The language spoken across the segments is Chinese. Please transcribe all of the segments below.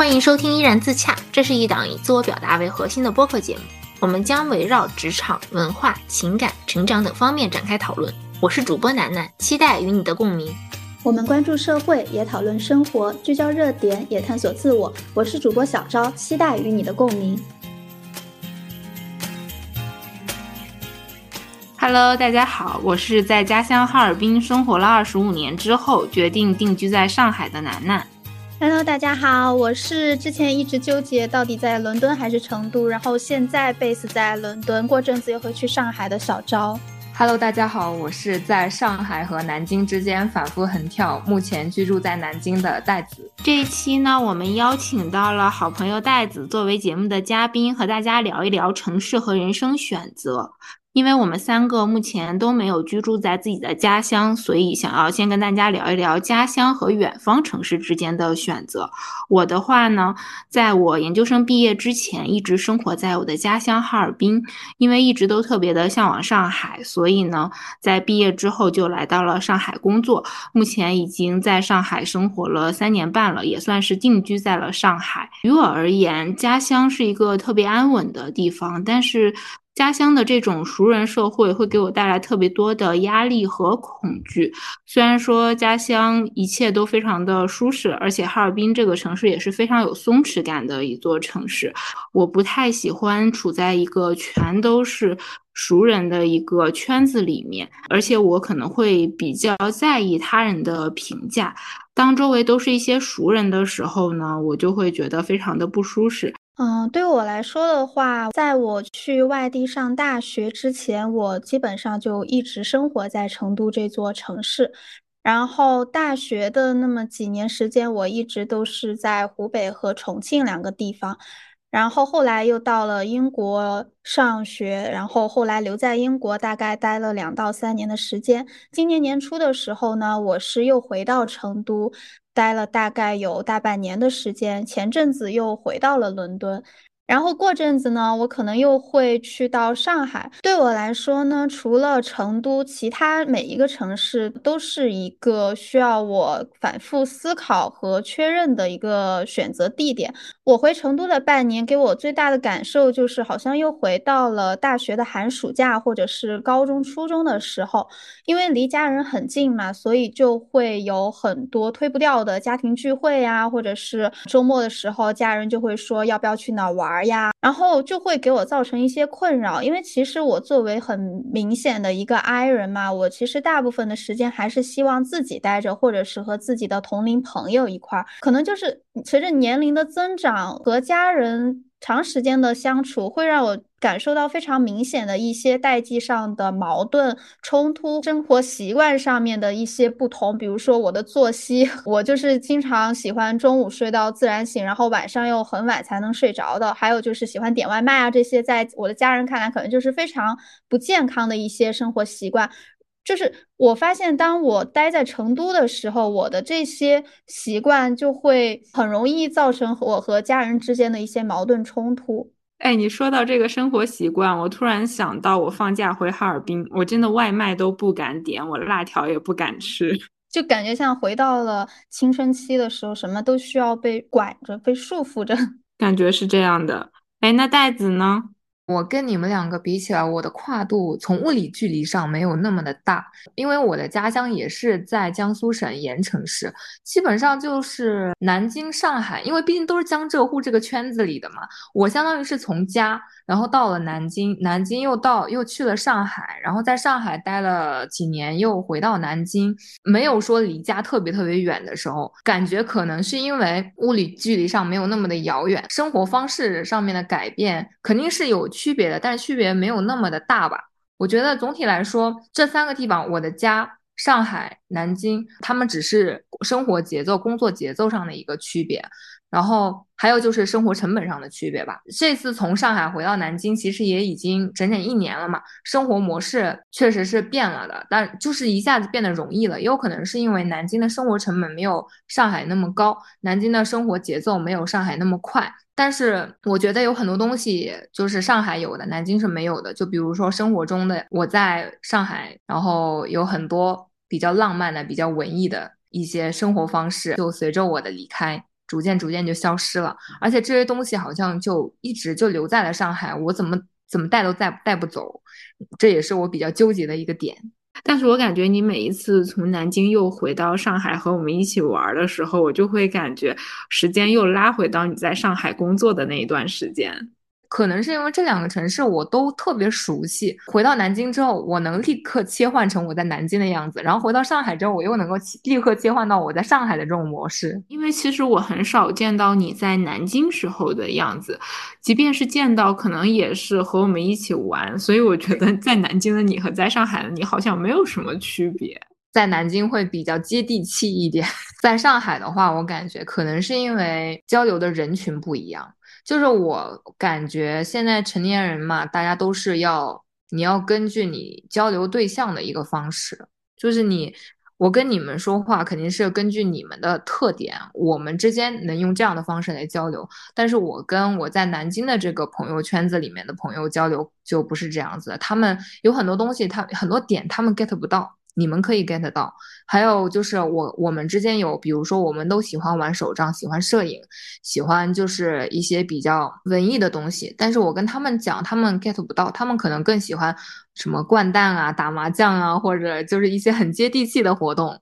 欢迎收听依然自洽，这是一档以自我表达为核心的播客节目，我们将围绕职场、文化、情感、成长等方面展开讨论。我是主播楠楠，期待与你的共鸣。 我们关注社会，也讨论生活，聚焦热点，也探索自我。我是主播小昭，期待与你的共鸣。 Hello， 大家好，我是在家乡哈尔滨生活了25年之后，决定定居在上海的楠楠。 Hello， 大家好，我是之前一直纠结到底在伦敦还是成都，然后现在 base 在伦敦，过阵子又会去上海的小昭。 Hello， 大家好，我是在上海和南京之间反复横跳，目前居住在南京的戴子。 这一期呢，我们邀请到了好朋友戴子作为节目的嘉宾，和大家聊一聊城市和人生选择。因为我们三个目前都没有居住在自己的家乡，所以想要先跟大家聊一聊家乡和远方城市之间的选择。我的话呢，在我研究生毕业之前一直生活在我的家乡哈尔滨，因为一直都特别的向往上海，所以呢在毕业之后就来到了上海工作，目前已经在上海生活了3年半了，也算是定居在了上海。于我而言，家乡是一个特别安稳的地方，但是家乡的这种熟人社会会给我带来特别多的压力和恐惧。虽然说家乡一切都非常的舒适，而且哈尔滨这个城市也是非常有松弛感的一座城市，我不太喜欢处在一个全都是熟人的一个圈子里面，而且我可能会比较在意他人的评价。当周围都是一些熟人的时候呢，我就会觉得非常的不舒适。 对我来说的话，在我去外地上大学之前，我基本上就一直生活在成都这座城市。然后大学的那么几年时间，我一直都是在湖北和重庆2个地方。然后后来又到了英国上学，然后后来留在英国大概待了2到3年的时间。今年年初的时候呢，我是又回到成都，待了大概有大半年的时间，前阵子又回到了伦敦。然后过阵子呢，我可能又会去到上海。对我来说呢，除了成都，其他每一个城市都是一个需要我反复思考和确认的一个选择地点。我回成都的半年，给我最大的感受就是好像又回到了大学的寒暑假，或者是高中、初中的时候。因为离家人很近嘛，所以就会有很多推不掉的家庭聚会呀，或者是周末的时候，家人就会说要不要去哪玩呀，然后就会给我造成一些困扰。因为其实我作为很明显的一个 I 人嘛，我其实大部分的时间还是希望自己待着，或者是和自己的同龄朋友一块儿。可能就是随着年龄的增长，和家人长时间的相处会让我感受到非常明显的一些代际上的矛盾冲突，生活习惯上面的一些不同。比如说我的作息，我就是经常喜欢中午睡到自然醒，然后晚上又很晚才能睡着的。还有就是喜欢点外卖啊，这些在我的家人看来可能就是非常不健康的一些生活习惯。就是我发现当我待在成都的时候，我的这些习惯就会很容易造成我和家人之间的一些矛盾冲突。 你说到这个生活习惯，我突然想到我放假回哈尔滨，我真的外卖都不敢点，我辣条也不敢吃， 就感觉像回到了青春期的时候，什么都需要被管着，被束缚着。 感觉是这样的。那戴子呢？ 我跟你们2个比起来，我的跨度从物理距离上没有那么的大，因为我的家乡也是在江苏省盐城市，基本上就是南京、上海，因为毕竟都是江浙沪这个圈子里的嘛。我相当于是从家，然后到了南京，南京又去了上海，然后在上海待了几年，又回到南京，没有说离家特别特别远的时候，感觉可能是因为物理距离上没有那么的遥远，生活方式上面的改变肯定是有区别的，但是区别没有那么的大吧。我觉得总体来说，这3个地方，我的家、上海、南京，他们只是生活节奏、工作节奏上的一个区别，然后还有就是生活成本上的区别吧。这次从上海回到南京，其实也已经整整1年了嘛，生活模式确实是变了的，但就是一下子变得容易了，也有可能是因为南京的生活成本没有上海那么高，南京的生活节奏没有上海那么快。但是我觉得有很多东西就是上海有的，南京是没有的。就比如说生活中的，我在上海，然后有很多比较浪漫的、比较文艺的一些生活方式，就随着我的离开逐渐就消失了，而且这些东西好像就一直就留在了上海，我怎么带都带不走，这也是我比较纠结的一个点。 但是我感觉你每一次从南京又回到上海和我们一起玩的时候，我就会感觉时间又拉回到你在上海工作的那一段时间。 可能是因为这两个城市我都特别熟悉，回到南京之后，我能立刻切换成我在南京的样子，然后回到上海之后，我又能够立刻切换到我在上海的这种模式。 因为其实我很少见到你在南京时候的样子，即便是见到，可能也是和我们一起玩，所以我觉得在南京的你和在上海的你好像没有什么区别。 在南京会比较接地气一点，在上海的话，我感觉可能是因为交流的人群不一样。就是我感觉现在成年人嘛，大家都是你要根据你交流对象的一个方式，就是我跟你们说话肯定是根据你们的特点，我们之间能用这样的方式来交流。但是我跟我在南京的这个朋友圈子里面的朋友交流就不是这样子的，他们有很多东西，很多点他们 get 不到。你们可以 get 到，还有就是我们之间有，比如说我们都喜欢玩手账，喜欢摄影，喜欢就是一些比较文艺的东西，但是我跟他们讲，他们 get 不到，他们可能更喜欢什么掼蛋啊、打麻将啊，或者就是一些很接地气的活动。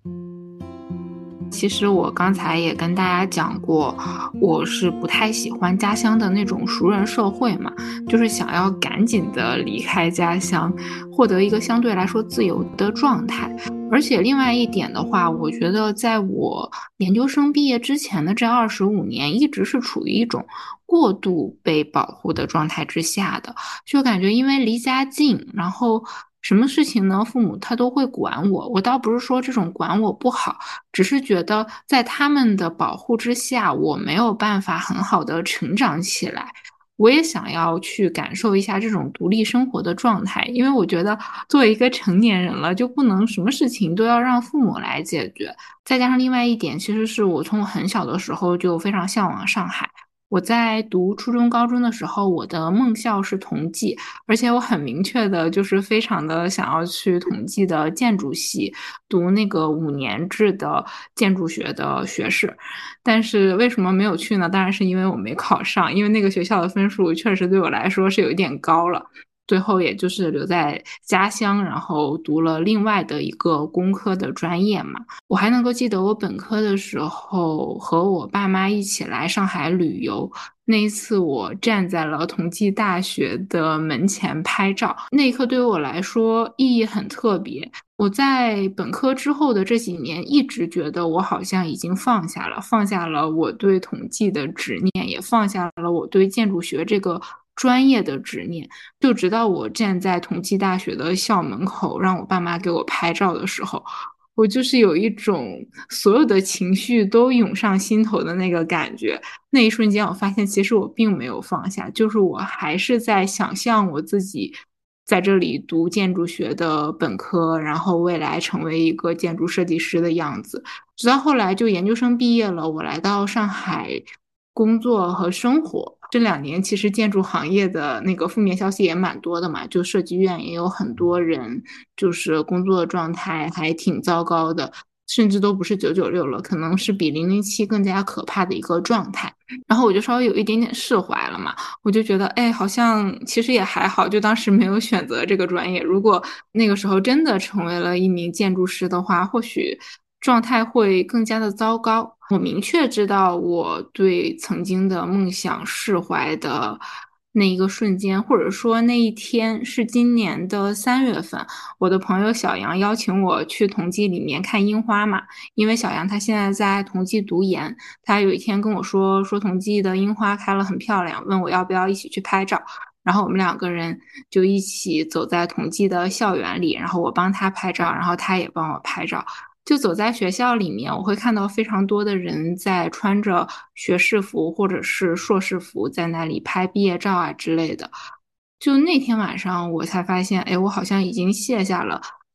其实我刚才也跟大家讲过，我是不太喜欢家乡的那种熟人社会嘛，就是想要赶紧的离开家乡，获得一个相对来说自由的状态。而且另外一点的话，我觉得在我研究生毕业之前的这25年，一直是处于一种过度被保护的状态之下的，就感觉因为离家近，然后什么事情呢，父母他都会管我。我倒不是说这种管我不好，只是觉得在他们的保护之下，我没有办法很好的成长起来。我也想要去感受一下这种独立生活的状态，因为我觉得作为一个成年人了，就不能什么事情都要让父母来解决。再加上另外一点，其实是我从很小的时候就非常向往上海。我在读初中、高中的时候，我的梦校是同济，而且我很明确的，就是非常的想要去同济的建筑系读那个5年制的建筑学的学士。但是为什么没有去呢？当然是因为我没考上，因为那个学校的分数确实对我来说是有一点高了。最后也就是留在家乡，然后读了另外的一个工科的专业嘛。我还能够记得我本科的时候和我爸妈一起来上海旅游，那一次我站在了同济大学的门前拍照，那一刻对于我来说意义很特别。我在本科之后的这几年一直觉得我好像已经放下了我对统计的执念，也放下了我对建筑学这个专业的执念，就直到我站在同济大学的校门口，让我爸妈给我拍照的时候，我就是有一种所有的情绪都涌上心头的那个感觉。那一瞬间，我发现其实我并没有放下，就是我还是在想象我自己在这里读建筑学的本科，然后未来成为一个建筑设计师的样子。直到后来就研究生毕业了，我来到上海工作和生活。这2年其实建筑行业的那个负面消息也蛮多的嘛，就设计院也有很多人就是工作状态还挺糟糕的，甚至都不是996了，可能是比007更加可怕的一个状态。然后我就稍微有一点点释怀了嘛，我就觉得哎，好像其实也还好，就当时没有选择这个专业。如果那个时候真的成为了一名建筑师的话，或许状态会更加的糟糕。我明确知道我对曾经的梦想释怀的那一个瞬间，或者说那一天是今年的3月份，我的朋友小杨邀请我去同济里面看樱花嘛，因为小杨他现在在同济读研，他有一天跟我说同济的樱花开了很漂亮，问我要不要一起去拍照。然后我们2个人就一起走在同济的校园里，然后我帮他拍照，然后他也帮我拍照。就走在学校里面，我会看到非常多的人在穿着学士服或者是硕士服在那里拍毕业照啊之类的。就那天晚上我才发现，哎，我好像已经卸下了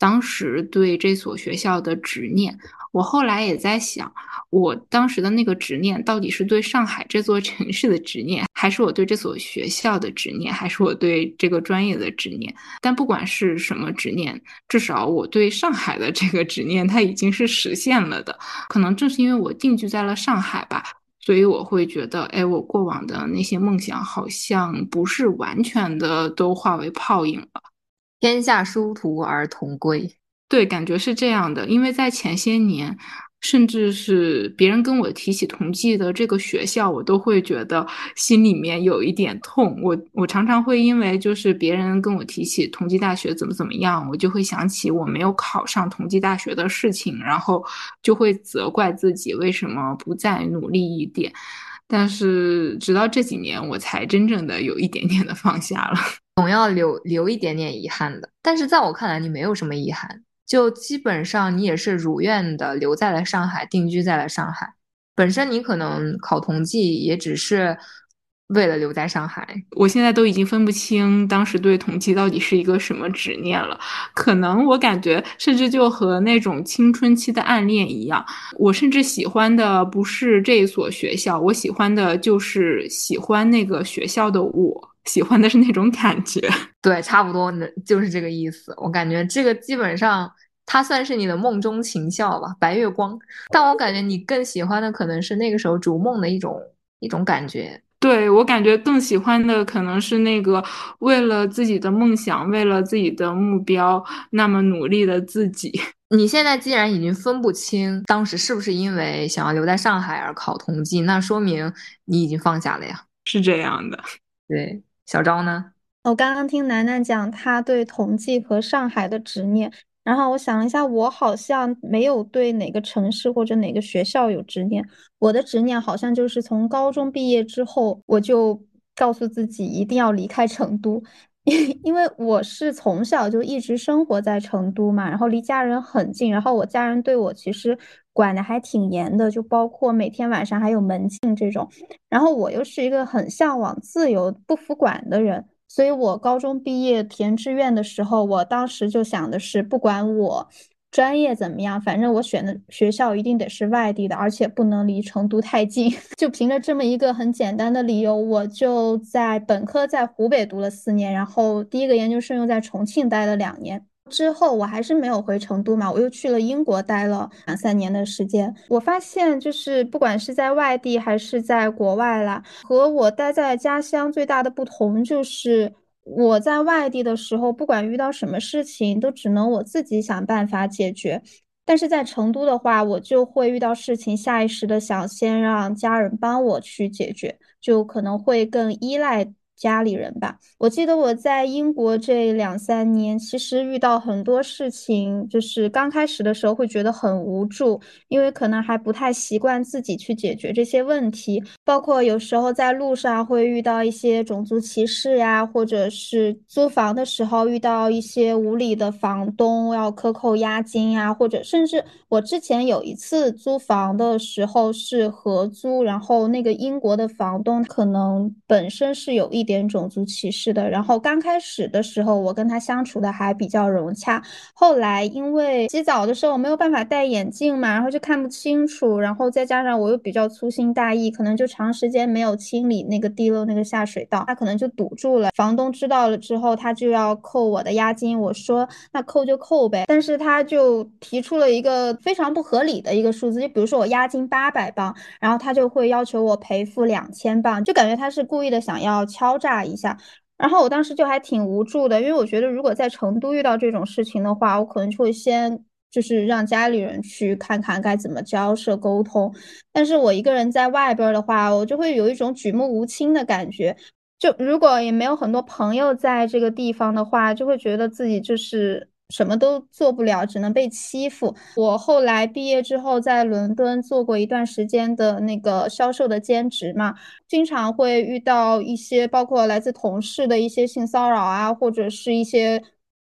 当时对这所学校的执念。我后来也在想，我当时的那个执念到底是对上海这座城市的执念，还是我对这所学校的执念，还是我对这个专业的执念？但不管是什么执念，至少我对上海的这个执念，它已经是实现了的。可能正是因为我定居在了上海吧，所以我会觉得，哎，我过往的那些梦想好像不是完全的都化为泡影了。 天下殊途而同归。 对，感觉是这样的，因为在前些年，甚至是别人跟我提起同济的这个学校，我都会觉得心里面有一点痛。我常常会因为就是别人跟我提起同济大学怎么样，我就会想起我没有考上同济大学的事情，然后就会责怪自己为什么不再努力一点。但是直到这几年，我才真正的有一点点的放下了。 总要留一点点遗憾的，但是在我看来，你没有什么遗憾，就基本上你也是如愿的留在了上海，定居在了上海。本身你可能考同济也只是为了留在上海。 我现在都已经分不清当时对同济到底是一个什么执念了，可能我感觉甚至就和那种青春期的暗恋一样，我甚至喜欢的不是这所学校，我喜欢的就是喜欢那个学校的我。喜欢的是那种感觉。 对，差不多就是这个意思。我感觉这个基本上它算是你的梦中情校吧，白月光。但我感觉你更喜欢的可能是那个时候逐梦的一种感觉。 对，我感觉更喜欢的可能是那个为了自己的梦想，为了自己的目标，那么努力的自己。 你现在既然已经分不清当时是不是因为想要留在上海而考同济，那说明你已经放下了呀。 是这样的。 对，小昭呢？ 我刚刚听楠楠讲她对同济和上海的执念，然后我想了一下，我好像没有对哪个城市或者哪个学校有执念。我的执念好像就是从高中毕业之后，我就告诉自己一定要离开成都，因为我是从小就一直生活在成都嘛，然后离家人很近，然后我家人对我其实管的还挺严的，就包括每天晚上还有门禁这种。然后我又是一个很向往自由、不服管的人。所以我高中毕业填志愿的时候，我当时就想的是，不管我专业怎么样，反正我选的学校一定得是外地的，而且不能离成都太近。就凭着这么一个很简单的理由，我就在本科在湖北读了4年，然后第一个研究生又在重庆待了2年。之后我还是没有回成都嘛，我又去了英国待了2、3年的时间。我发现就是不管是在外地还是在国外啦，和我待在家乡最大的不同就是我在外地的时候，不管遇到什么事情，都只能我自己想办法解决。但是在成都的话，我就会遇到事情，下意识的想先让家人帮我去解决，就可能会更依赖家里人吧。我记得我在英国这2、3年，其实遇到很多事情，就是刚开始的时候会觉得很无助，因为可能还不太习惯自己去解决这些问题，包括有时候在路上会遇到一些种族歧视呀，或者是租房的时候遇到一些无理的房东要克扣押金呀，或者甚至我之前有一次租房的时候是合租，然后那个英国的房东可能本身是有一点种族歧视的，然后刚开始的时候我跟他相处的还比较融洽，后来因为洗澡的时候我没有办法戴眼镜嘛，然后就看不清楚，然后再加上我又比较粗心大意，可能就长时间没有清理那个地漏那个下水道，他可能就堵住了。房东知道了之后，他就要扣我的押金，我说那扣就扣呗，但是他就提出了一个非常不合理的一个数字，就比如说我押金800镑，然后他就会要求我赔付2000镑，就感觉他是故意的想要敲诈一下。然后我当时就还挺无助的，因为我觉得如果在成都遇到这种事情的话，我可能就会先就是让家里人去看看该怎么交涉沟通。但是我一个人在外边的话，我就会有一种举目无亲的感觉。就如果也没有很多朋友在这个地方的话，就会觉得自己就是什么都做不了，只能被欺负。我后来毕业之后在伦敦做过一段时间的那个销售的兼职嘛，经常会遇到一些包括来自同事的一些性骚扰啊，或者是一些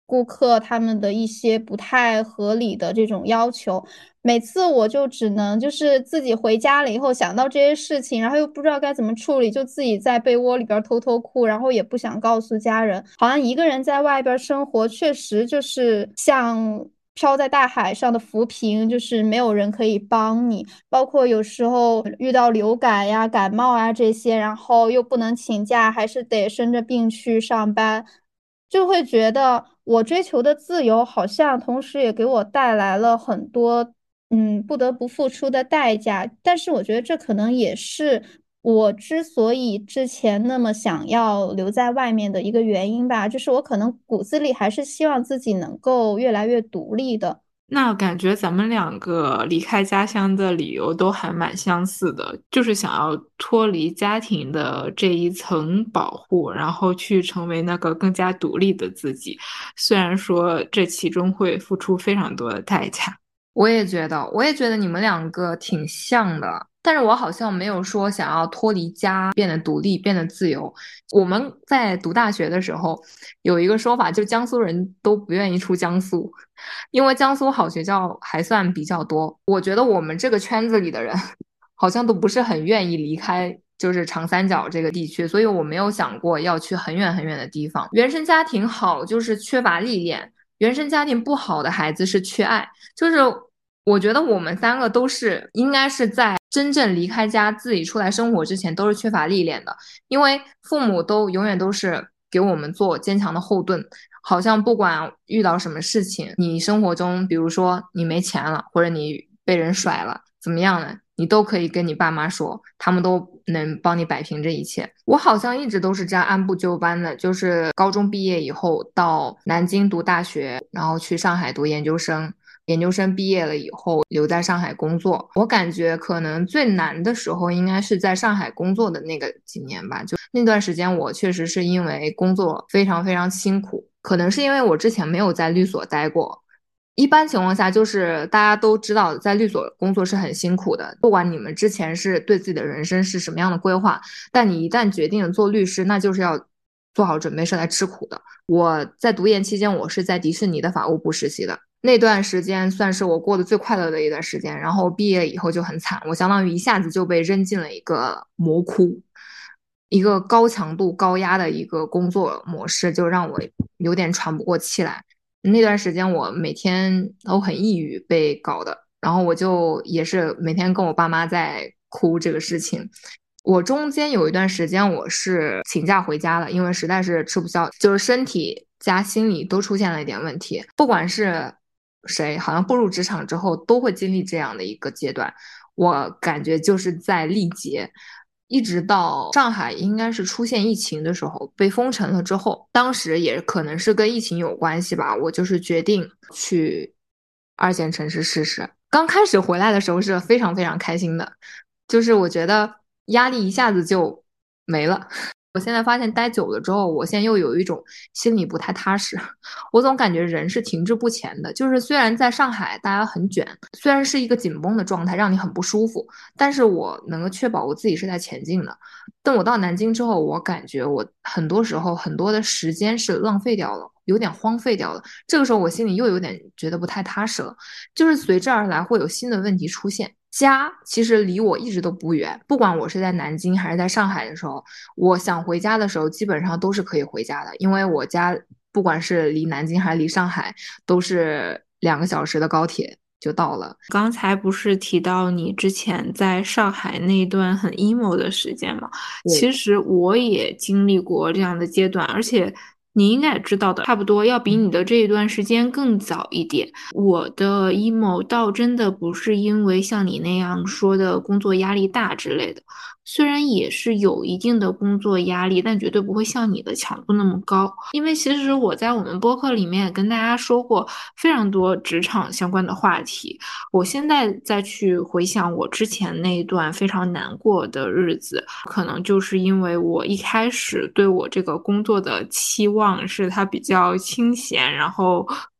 顾客他们的一些不太合理的这种要求。每次我就只能就是自己回家了以后想到这些事情，然后又不知道该怎么处理，就自己在被窝里边偷偷哭，然后也不想告诉家人。好像一个人在外边生活，确实就是像漂在大海上的浮萍，就是没有人可以帮你。包括有时候遇到流感呀、感冒啊这些，然后又不能请假，还是得生着病去上班。就会觉得我追求的自由，好像同时也给我带来了很多，不得不付出的代价。但是我觉得这可能也是我之所以之前那么想要留在外面的一个原因吧，就是我可能骨子里还是希望自己能够越来越独立的。 那感觉咱们两个离开家乡的理由都还蛮相似的，就是想要脱离家庭的这一层保护，然后去成为那个更加独立的自己。虽然说这其中会付出非常多的代价。 我也觉得你们两个挺像的，但是我好像没有说想要脱离家，变得独立，变得自由。我们在读大学的时候有一个说法，就江苏人都不愿意出江苏，因为江苏好学校还算比较多。我觉得我们这个圈子里的人好像都不是很愿意离开。就是长三角这个地区，所以我没有想过要去很远很远的地方。原生家庭好就是缺乏历练，原生家庭不好的孩子是缺爱。就是我觉得我们三个都是应该是在真正离开家自己出来生活之前都是缺乏历练的，因为父母都永远都是给我们做坚强的后盾，好像不管遇到什么事情，你生活中比如说你没钱了，或者你被人甩了，怎么样呢？你都可以跟你爸妈说，他们都能帮你摆平这一切。我好像一直都是这样按部就班的，就是高中毕业以后到南京读大学，然后去上海读研究生。研究生毕业了以后留在上海工作，我感觉可能最难的时候应该是在上海工作的那个几年吧。就那段时间我确实是因为工作非常非常辛苦，可能是因为我之前没有在律所待过。一般情况下，就是大家都知道，在律所工作是很辛苦的。不管你们之前是对自己的人生是什么样的规划，但你一旦决定了做律师，那就是要做好准备是来吃苦的。我在读研期间，我是在迪士尼的法务部实习的，那段时间算是我过得最快乐的一段时间。然后毕业以后就很惨，我相当于一下子就被扔进了一个魔窟，一个高强度、高压的一个工作模式，就让我有点喘不过气来。那段时间我每天都很抑郁，被搞的，然后我就也是每天跟我爸妈在哭这个事情。我中间有一段时间我是请假回家了，因为实在是吃不消，就是身体加心理都出现了一点问题。不管是谁，好像步入职场之后都会经历这样的一个阶段。我感觉就是在历劫，一直到上海应该是出现疫情的时候被封城了之后，当时也可能是跟疫情有关系吧，我就是决定去二线城市试试。刚开始回来的时候是非常非常开心的，就是我觉得压力一下子就没了。我现在发现待久了之后，我现在又有一种心里不太踏实。我总感觉人是停滞不前的，就是虽然在上海大家很卷，虽然是一个紧绷的状态，让你很不舒服，但是我能够确保我自己是在前进的。等我到南京之后，我感觉我很多时候很多的时间是浪费掉了，有点荒废掉了。这个时候我心里又有点觉得不太踏实了，就是随之而来会有新的问题出现。家其实离我一直都不远，不管我是在南京还是在上海的时候，我想回家的时候基本上都是可以回家的，因为我家不管是离南京还是离上海，都是2个小时的高铁就到了。 刚才不是提到你之前在上海那一段很 emo 的时间吗？其实我也经历过这样的阶段，而且你应该也知道的，差不多要比你的这一段时间更早一点。我的 emo 倒真的不是因为像你那样说的工作压力大之类的，虽然也是有一定的工作压力，但绝对不会像你的强度那么高。因为其实我在我们播客里面也跟大家说过非常多职场相关的话题，我现在再去回想我之前那一段非常难过的日子，可能就是因为我一开始对我这个工作的期望是它比较清闲，然后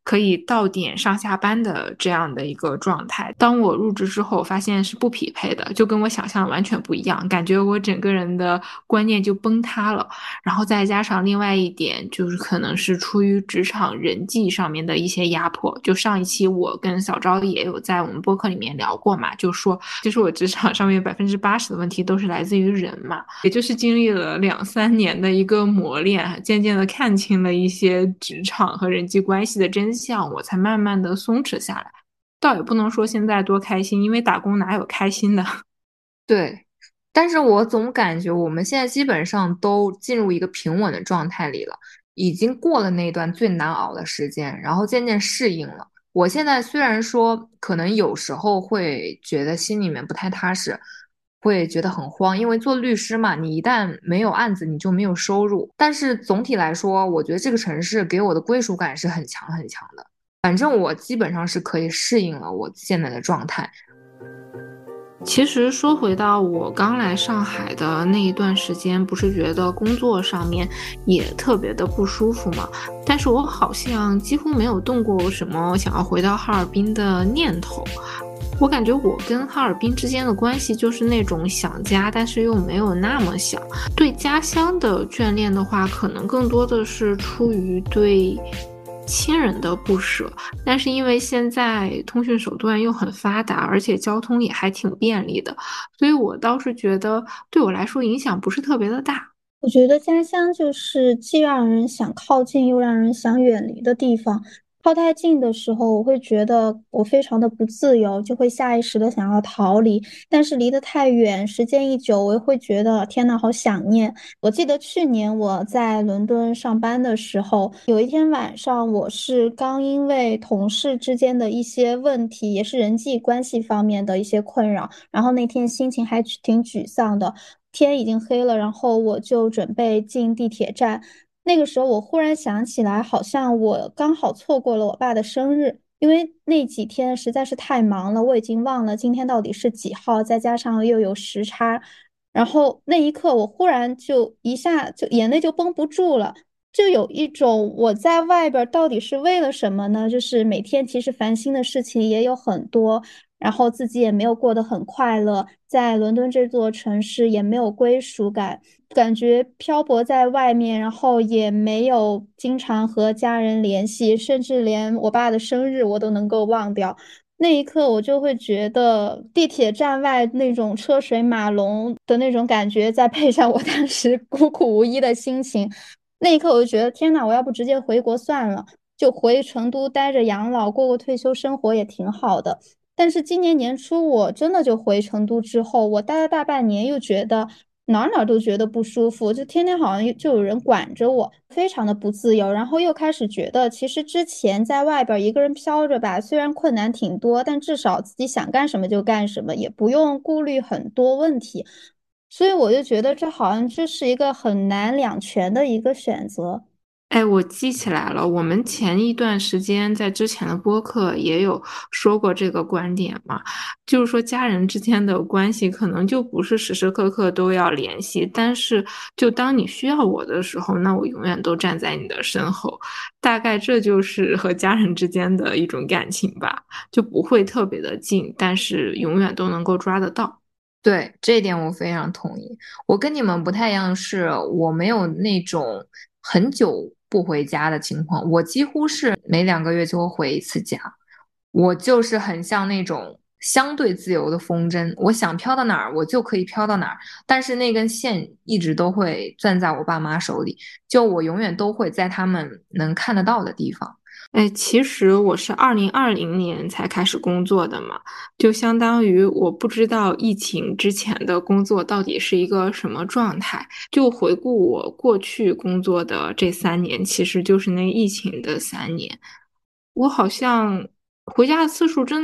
可以到点上下班的这样的一个状态。当我入职之后，发现是不匹配的，就跟我想象完全不一样，感觉我整个人的观念就崩塌了。然后再加上另外一点，就是可能是出于职场人际上面的一些压迫。就上一期我跟小昭也有在我们播客里面聊过嘛，就说其实我职场上面80%的问题都是来自于人嘛，也就是经历了2-3年的一个磨练，渐渐的看清了一些职场和人际关系的真相，我才慢慢的松弛下来。倒也不能说现在多开心，因为打工哪有开心的。 对，但是我总感觉我们现在基本上都进入一个平稳的状态里了，已经过了那段最难熬的时间，然后渐渐适应了。我现在虽然说可能有时候会觉得心里面不太踏实，会觉得很慌，因为做律师嘛，你一旦没有案子，你就没有收入。但是总体来说，我觉得这个城市给我的归属感是很强很强的。反正我基本上是可以适应了我现在的状态。 其实说回到我刚来上海的那一段时间，不是觉得工作上面也特别的不舒服吗？但是我好像几乎没有动过什么想要回到哈尔滨的念头。我感觉我跟哈尔滨之间的关系就是那种想家，但是又没有那么想。对家乡的眷恋的话，可能更多的是出于对亲人的不舍，但是因为现在通讯手段又很发达，而且交通也还挺便利的，所以我倒是觉得对我来说影响不是特别的大。 我觉得家乡就是既让人想靠近，又让人想远离的地方。靠太近的时候，我会觉得我非常的不自由，就会下意识的想要逃离。但是离得太远，时间一久，我也会觉得天呐，好想念。我记得去年我在伦敦上班的时候，有一天晚上，我是刚因为同事之间的一些问题，也是人际关系方面的一些困扰，然后那天心情还挺沮丧的。天已经黑了，然后我就准备进地铁站。那个时候我忽然想起来，好像我刚好错过了我爸的生日，因为那几天实在是太忙了，我已经忘了今天到底是几号，再加上又有时差，然后那一刻我忽然就一下就眼泪就绷不住了。就有一种我在外边到底是为了什么呢？就是每天其实烦心的事情也有很多，然后自己也没有过得很快乐，在伦敦这座城市也没有归属感，感觉漂泊在外面，然后也没有经常和家人联系，甚至连我爸的生日我都能够忘掉。那一刻，我就会觉得地铁站外那种车水马龙的那种感觉，再配上我当时孤苦无依的心情，那一刻我就觉得天呐，我要不直接回国算了，就回成都待着养老，过过退休生活也挺好的。但是今年年初我真的就回成都之后，我待了大半年，又觉得哪儿都觉得不舒服，就天天好像就有人管着我，非常的不自由。然后又开始觉得，其实之前在外边一个人飘着吧，虽然困难挺多，但至少自己想干什么就干什么，也不用顾虑很多问题。所以我就觉得这好像就是一个很难两全的一个选择。 哎，我记起来了，我们前一段时间在之前的播客也有说过这个观点嘛，就是说家人之间的关系可能就不是时时刻刻都要联系，但是就当你需要我的时候，那我永远都站在你的身后，大概这就是和家人之间的一种感情吧，就不会特别的近，但是永远都能够抓得到。 对，这一点我非常同意。我跟你们不太一样，是我没有那种很久不回家的情况，我几乎是每2个月就会回一次家。我就是很像那种相对自由的风筝，我想飘到哪儿，我就可以飘到哪儿。但是那根线一直都会攥在我爸妈手里，就我永远都会在他们能看得到的地方。 哎，其实我是2020年才开始工作的嘛，就相当于我不知道疫情之前的工作到底是一个什么状态。就回顾我过去工作的这3年，其实就是那疫情的3年，我好像回家的次数真的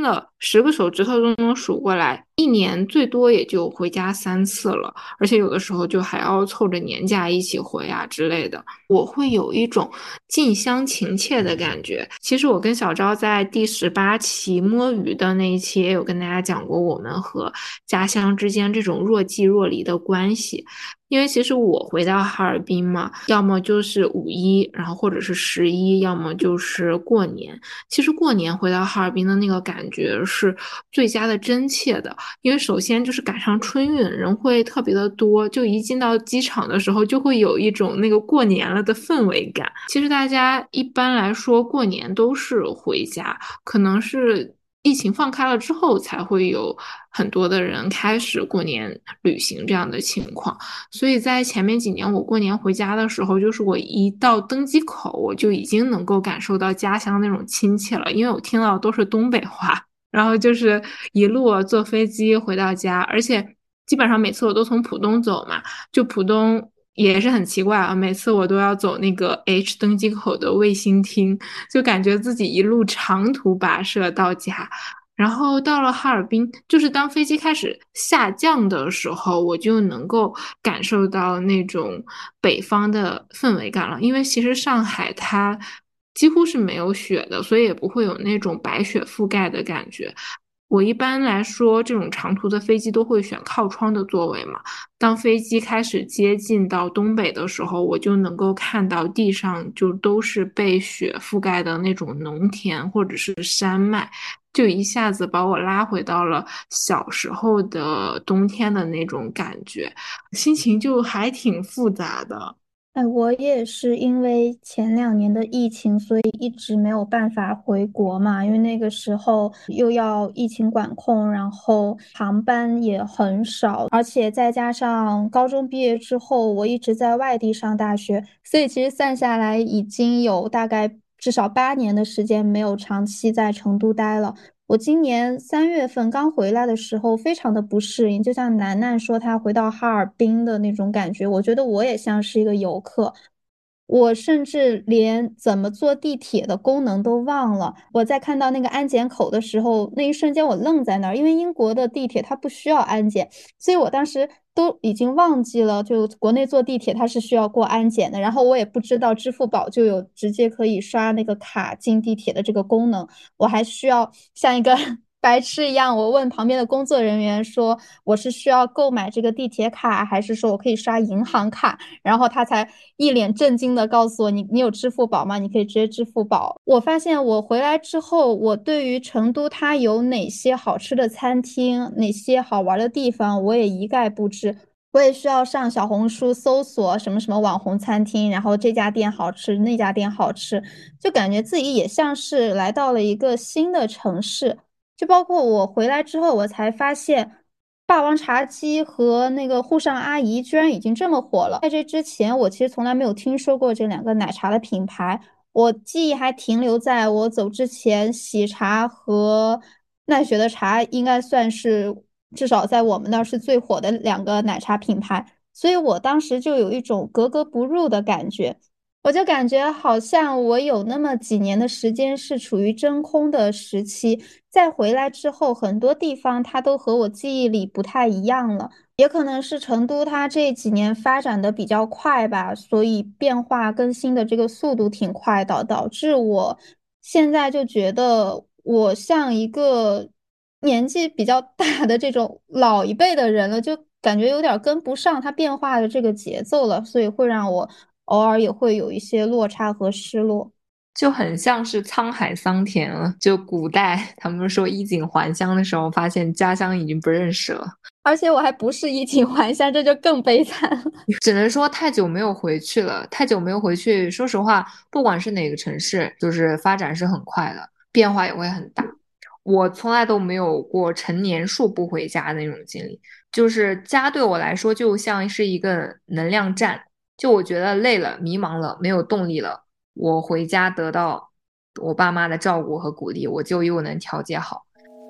10个手指头都能数过来，一年最多也就回家3次了，而且有的时候就还要凑着年假一起回啊之类的。我会有一种近乡情怯的感觉。其实我跟小昭在第18期摸鱼的那一期也有跟大家讲过，我们和家乡之间这种若即若离的关系。因为其实我回到哈尔滨嘛，要么就是5·1，然后或者是11，要么就是过年。其实过年回到哈尔滨的那个感觉是最佳的真切的，因为首先就是赶上春运，人会特别的多，就一进到机场的时候，就会有一种那个过年了的氛围感。其实大家一般来说过年都是回家，可能是疫情放开了之后，才会有很多的人开始过年旅行这样的情况。所以在前面几年我过年回家的时候，就是我一到登机口，我就已经能够感受到家乡那种亲切了，因为我听到的都是东北话。然后就是一路坐飞机回到家，而且基本上每次我都从浦东走嘛，就浦东也是很奇怪啊，每次我都要走那个 H 登机口的卫星厅，就感觉自己一路长途跋涉到家。然后到了哈尔滨，就是当飞机开始下降的时候，我就能够感受到那种北方的氛围感了。因为其实上海它几乎是没有雪的，所以也不会有那种白雪覆盖的感觉。我一般来说，这种长途的飞机都会选靠窗的座位嘛。当飞机开始接近到东北的时候，我就能够看到地上就都是被雪覆盖的那种农田或者是山脉，就一下子把我拉回到了小时候的冬天的那种感觉，心情就还挺复杂的。 哎，我也是因为前2年的疫情，所以一直没有办法回国嘛。因为那个时候又要疫情管控，然后航班也很少，而且再加上高中毕业之后，我一直在外地上大学，所以其实算下来已经有大概至少8年的时间没有长期在成都待了。我今年3月份刚回来的时候，非常的不适应，就像楠楠说她回到哈尔滨的那种感觉，我觉得我也像是一个游客。我甚至连怎么坐地铁的功能都忘了。我在看到那个安检口的时候，那一瞬间我愣在那儿，因为英国的地铁它不需要安检，所以我当时都已经忘记了，就国内坐地铁它是需要过安检的，然后我也不知道支付宝就有直接可以刷那个卡进地铁的这个功能，我还需要像一个白痴一样，我问旁边的工作人员说我是需要购买这个地铁卡，还是说我可以刷银行卡？然后他才一脸震惊的告诉我，你有支付宝吗？你可以直接支付宝。我发现我回来之后，我对于成都它有哪些好吃的餐厅，哪些好玩的地方，我也一概不知。我也需要上小红书搜索什么什么网红餐厅，然后这家店好吃，那家店好吃，就感觉自己也像是来到了一个新的城市。就包括我回来之后，我才发现霸王茶姬和那个沪上阿姨居然已经这么火了。在这之前，我其实从来没有听说过这2个奶茶的品牌。我记忆还停留在我走之前，喜茶和奈雪的茶应该算是至少在我们那儿是最火的2个奶茶品牌，所以我当时就有一种格格不入的感觉。我就感觉好像我有那么几年的时间是处于真空的时期，再回来之后，很多地方它都和我记忆里不太一样了。也可能是成都它这几年发展的比较快吧，所以变化更新的这个速度挺快的，导致我现在就觉得我像一个年纪比较大的这种老一辈的人了，就感觉有点跟不上它变化的这个节奏了，所以会让我偶尔也会有一些落差和失落。 就很像是沧海桑田了。就古代他们说衣锦还乡的时候，发现家乡已经不认识了。 而且我还不是衣锦还乡，这就更悲惨了。 只能说太久没有回去了，太久没有回去。说实话，不管是哪个城市，就是发展是很快的，变化也会很大。我从来都没有过成年数不回家的那种经历，就是家对我来说就像是一个能量站。就我觉得累了、迷茫了、没有动力了，我回家得到我爸妈的照顾和鼓励，我就又能调节好。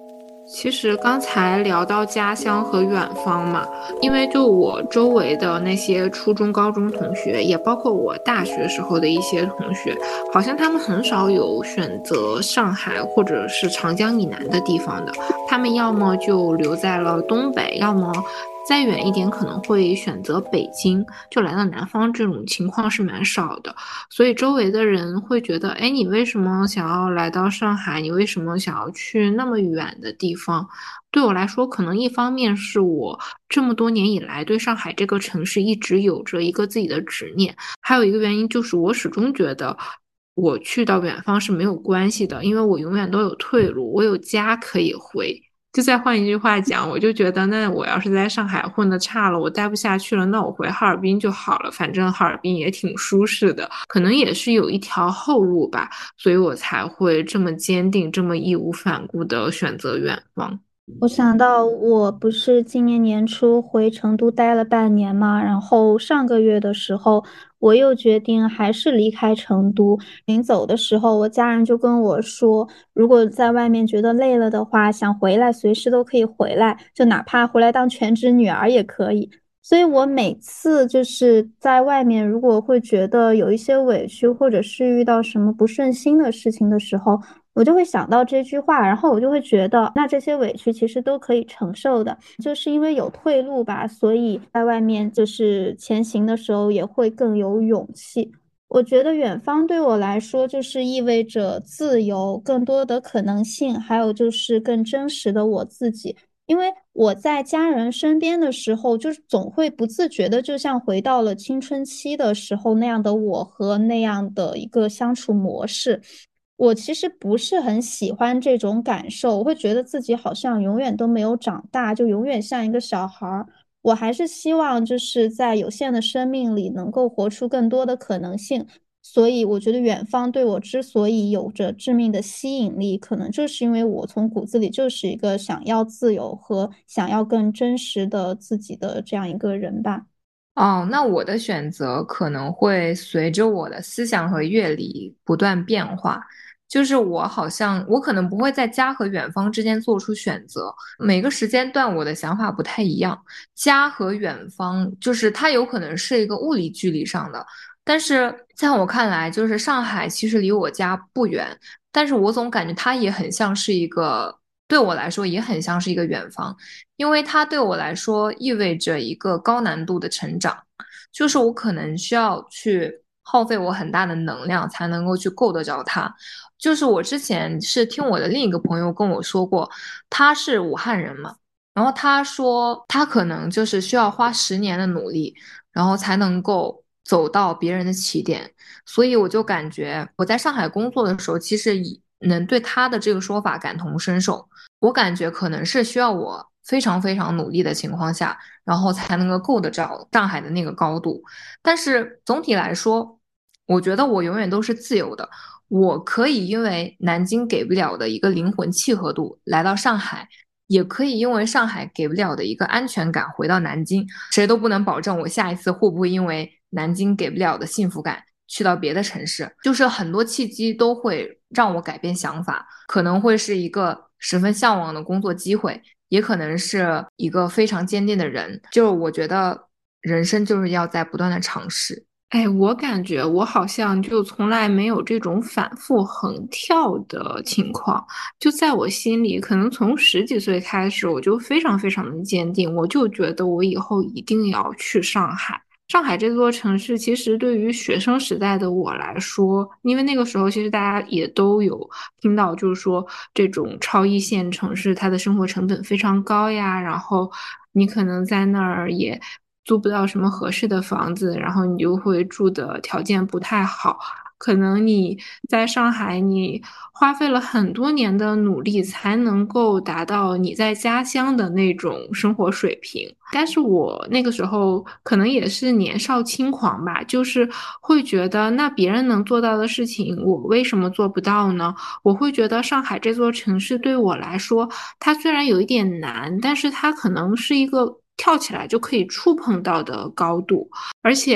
其实刚才聊到家乡和远方嘛，因为就我周围的那些初中、高中同学，也包括我大学时候的一些同学，好像他们很少有选择上海或者是长江以南的地方的，他们要么就留在了东北，要么再远一点可能会选择北京，就来到南方，这种情况是蛮少的。所以周围的人会觉得，哎，你为什么想要来到上海？你为什么想要去那么远的地方？对我来说，可能一方面是我这么多年以来对上海这个城市一直有着一个自己的执念，还有一个原因就是我始终觉得我去到远方是没有关系的，因为我永远都有退路，我有家可以回。就再换一句话讲，我就觉得，那我要是在上海混得差了，我待不下去了，那我回哈尔滨就好了，反正哈尔滨也挺舒适的，可能也是有一条后路吧，所以我才会这么坚定、这么义无反顾地选择远方。 我想到我不是今年年初回成都待了半年嘛，然后上个月的时候，我又决定还是离开成都。临走的时候，我家人就跟我说，如果在外面觉得累了的话，想回来随时都可以回来，就哪怕回来当全职女儿也可以。所以我每次就是在外面，如果会觉得有一些委屈，或者是遇到什么不顺心的事情的时候，我就会想到这句话，然后我就会觉得，那这些委屈其实都可以承受的，就是因为有退路吧，所以在外面就是前行的时候也会更有勇气。我觉得远方对我来说就是意味着自由，更多的可能性，还有就是更真实的我自己。因为我在家人身边的时候，就是总会不自觉的，就像回到了青春期的时候那样的我和那样的一个相处模式。我其实不是很喜欢这种感受，我会觉得自己好像永远都没有长大，就永远像一个小孩儿。我还是希望就是在有限的生命里能够活出更多的可能性。所以我觉得远方对我之所以有着致命的吸引力，可能就是因为我从骨子里就是一个想要自由和想要更真实的自己的这样一个人吧。 哦，那我的选择可能会随着我的思想和阅历不断变化。就是我好像我可能不会在家和远方之间做出选择，每个时间段我的想法不太一样。家和远方就是它有可能是一个物理距离上的，但是在我看来，就是上海其实离我家不远，但是我总感觉它也很像是一个，对我来说也很像是一个远方。因为它对我来说意味着一个高难度的成长，就是我可能需要去耗费我很大的能量才能够去够得着它。就是我之前是听我的另一个朋友跟我说过，他是武汉人嘛，然后他说他可能就是需要花10年的努力，然后才能够走到别人的起点。所以我就感觉我在上海工作的时候，其实能对他的这个说法感同身受。我感觉可能是需要我非常非常努力的情况下，然后才能够够得着上海的那个高度。但是总体来说，我觉得我永远都是自由的。我可以因为南京给不了的一个灵魂契合度来到上海，也可以因为上海给不了的一个安全感回到南京。谁都不能保证我下一次会不会因为南京给不了的幸福感去到别的城市。就是很多契机都会让我改变想法，可能会是一个十分向往的工作机会，也可能是一个非常坚定的人。就我觉得人生就是要在不断的尝试。 哎，我感觉我好像就从来没有这种反复横跳的情况。就在我心里，可能从10几岁开始，我就非常非常的坚定，我就觉得我以后一定要去上海。上海这座城市，其实对于学生时代的我来说，因为那个时候其实大家也都有听到，就是说这种超一线城市，它的生活成本非常高呀，然后你可能在那儿也租不到什么合适的房子，然后你就会住的条件不太好。可能你在上海，你花费了很多年的努力，才能够达到你在家乡的那种生活水平。但是我那个时候可能也是年少轻狂吧，就是会觉得，那别人能做到的事情，我为什么做不到呢？我会觉得上海这座城市对我来说，它虽然有一点难，但是它可能是一个跳起来就可以触碰到的高度。而且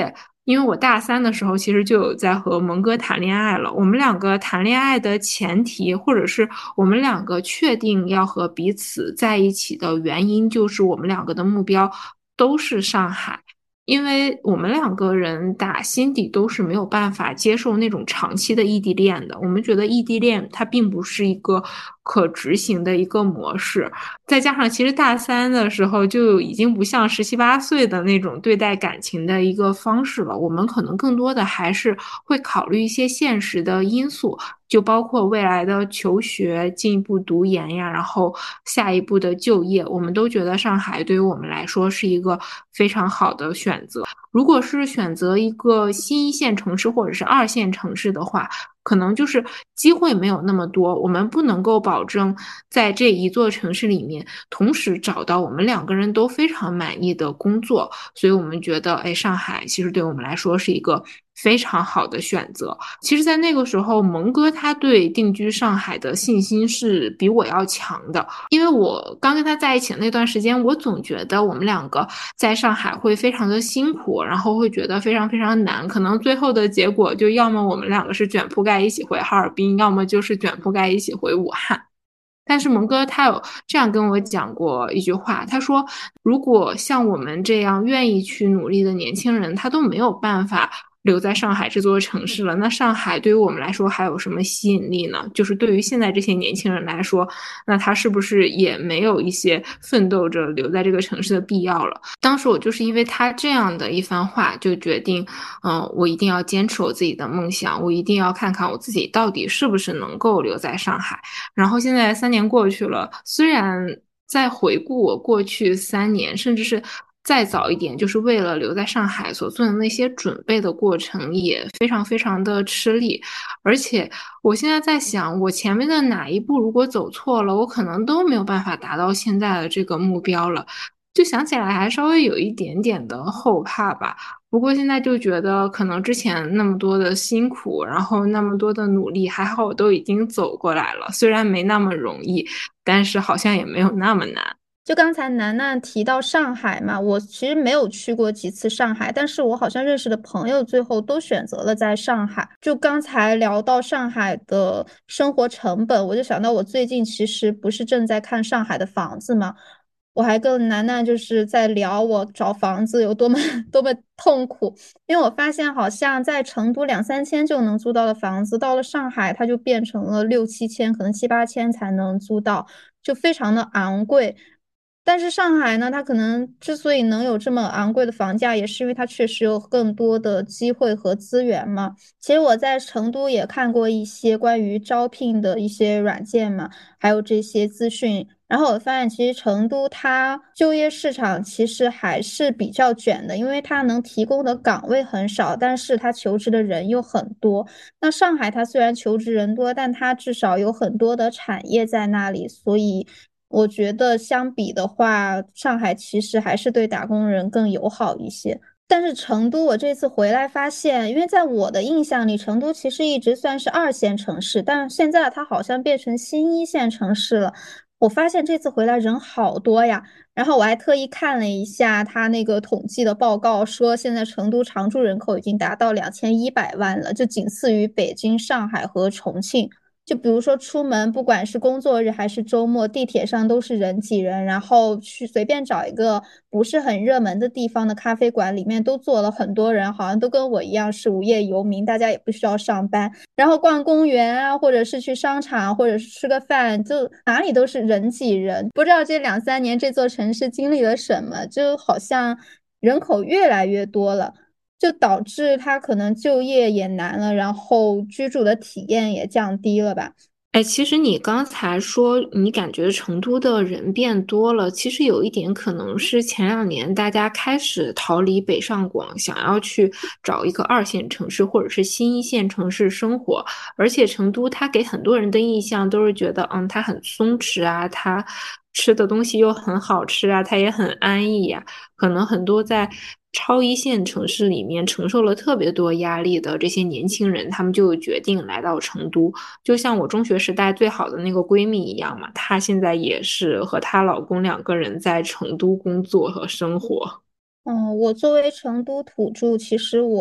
因为我大三的时候其实就有在和蒙哥谈恋爱了。我们两个谈恋爱的前提，或者是我们两个确定要和彼此在一起的原因，就是我们两个的目标都是上海。因为我们两个人打心底都是没有办法接受那种长期的异地恋的。我们觉得异地恋它并不是一个可执行的一个模式，再加上其实大三的时候就已经不像17、18岁的那种对待感情的一个方式了。我们可能更多的还是会考虑一些现实的因素，就包括未来的求学、进一步读研呀，然后下一步的就业，我们都觉得上海对于我们来说是一个非常好的选择。如果是选择一个新一线城市或者是二线城市的话，可能就是机会没有那么多，我们不能够保证在这一座城市里面同时找到我们两个人都非常满意的工作，所以我们觉得，哎，上海其实对我们来说是一个非常好的选择。其实，在那个时候，蒙哥他对定居上海的信心是比我要强的，因为我刚跟他在一起的那段时间，我总觉得我们两个在上海会非常的辛苦，然后会觉得非常非常难，可能最后的结果就要么我们两个是卷铺盖一起回哈尔滨，要么就是卷铺盖一起回武汉。但是蒙哥他有这样跟我讲过一句话，他说，如果像我们这样愿意去努力的年轻人，他都没有办法留在上海这座城市了，那上海对于我们来说还有什么吸引力呢？就是对于现在这些年轻人来说，那他是不是也没有一些奋斗着留在这个城市的必要了？当时我就是因为他这样的一番话，就决定，我一定要坚持我自己的梦想，我一定要看看我自己到底是不是能够留在上海。然后现在3年过去了，虽然在回顾我过去3年，甚至是再早一点，就是为了留在上海所做的那些准备的过程，也非常非常的吃力。而且我现在在想，我前面的哪一步如果走错了，我可能都没有办法达到现在的这个目标了。就想起来还稍微有一点点的后怕吧。不过现在就觉得，可能之前那么多的辛苦，然后那么多的努力，还好我都已经走过来了。虽然没那么容易，但是好像也没有那么难。 就刚才楠楠提到上海嘛，我其实没有去过几次上海，但是我好像认识的朋友最后都选择了在上海。就刚才聊到上海的生活成本，我就想到我最近其实不是正在看上海的房子嘛，我还跟楠楠就是在聊我找房子有多么多么痛苦，因为我发现好像在成都2、3千就能租到的房子，到了上海它就变成了6、7千，可能7、8千才能租到，就非常的昂贵。但是上海呢，它可能之所以能有这么昂贵的房价，也是因为它确实有更多的机会和资源嘛。其实我在成都也看过一些关于招聘的一些软件嘛，还有这些资讯。然后我发现，其实成都它就业市场其实还是比较卷的，因为它能提供的岗位很少，但是它求职的人又很多。那上海它虽然求职人多，但它至少有很多的产业在那里，所以我觉得相比的话，上海其实还是对打工人更友好一些。但是成都，我这次回来发现，因为在我的印象里，成都其实一直算是2线城市，但是现在它好像变成新1线城市了。我发现这次回来人好多呀，然后我还特意看了一下他那个统计的报告，说现在成都常住人口已经达到2100万了，就仅次于北京、上海和重庆。就比如说出门，不管是工作日还是周末，地铁上都是人挤人，然后去随便找一个不是很热门的地方的咖啡馆，里面都坐了很多人，好像都跟我一样是无业游民，大家也不需要上班。然后逛公园啊，或者是去商场，或者是吃个饭，就哪里都是人挤人。不知道这2、3年这座城市经历了什么，就好像人口越来越多了。就导致他可能就业也难了，然后居住的体验也降低了吧。 哎，其实你刚才说你感觉成都的人变多了，其实有一点可能是前2年大家开始逃离北上广，想要去找一个2线城市或者是新1线城市生活。而且成都它给很多人的印象都是觉得，它很松弛啊，它吃的东西又很好吃啊，它也很安逸呀。可能很多在超1线城市里面承受了特别多压力的这些年轻人，他们就决定来到成都。就像我中学时代最好的那个闺蜜一样嘛，她现在也是和她老公2个人在成都工作和生活。 我作为成都土著，其实我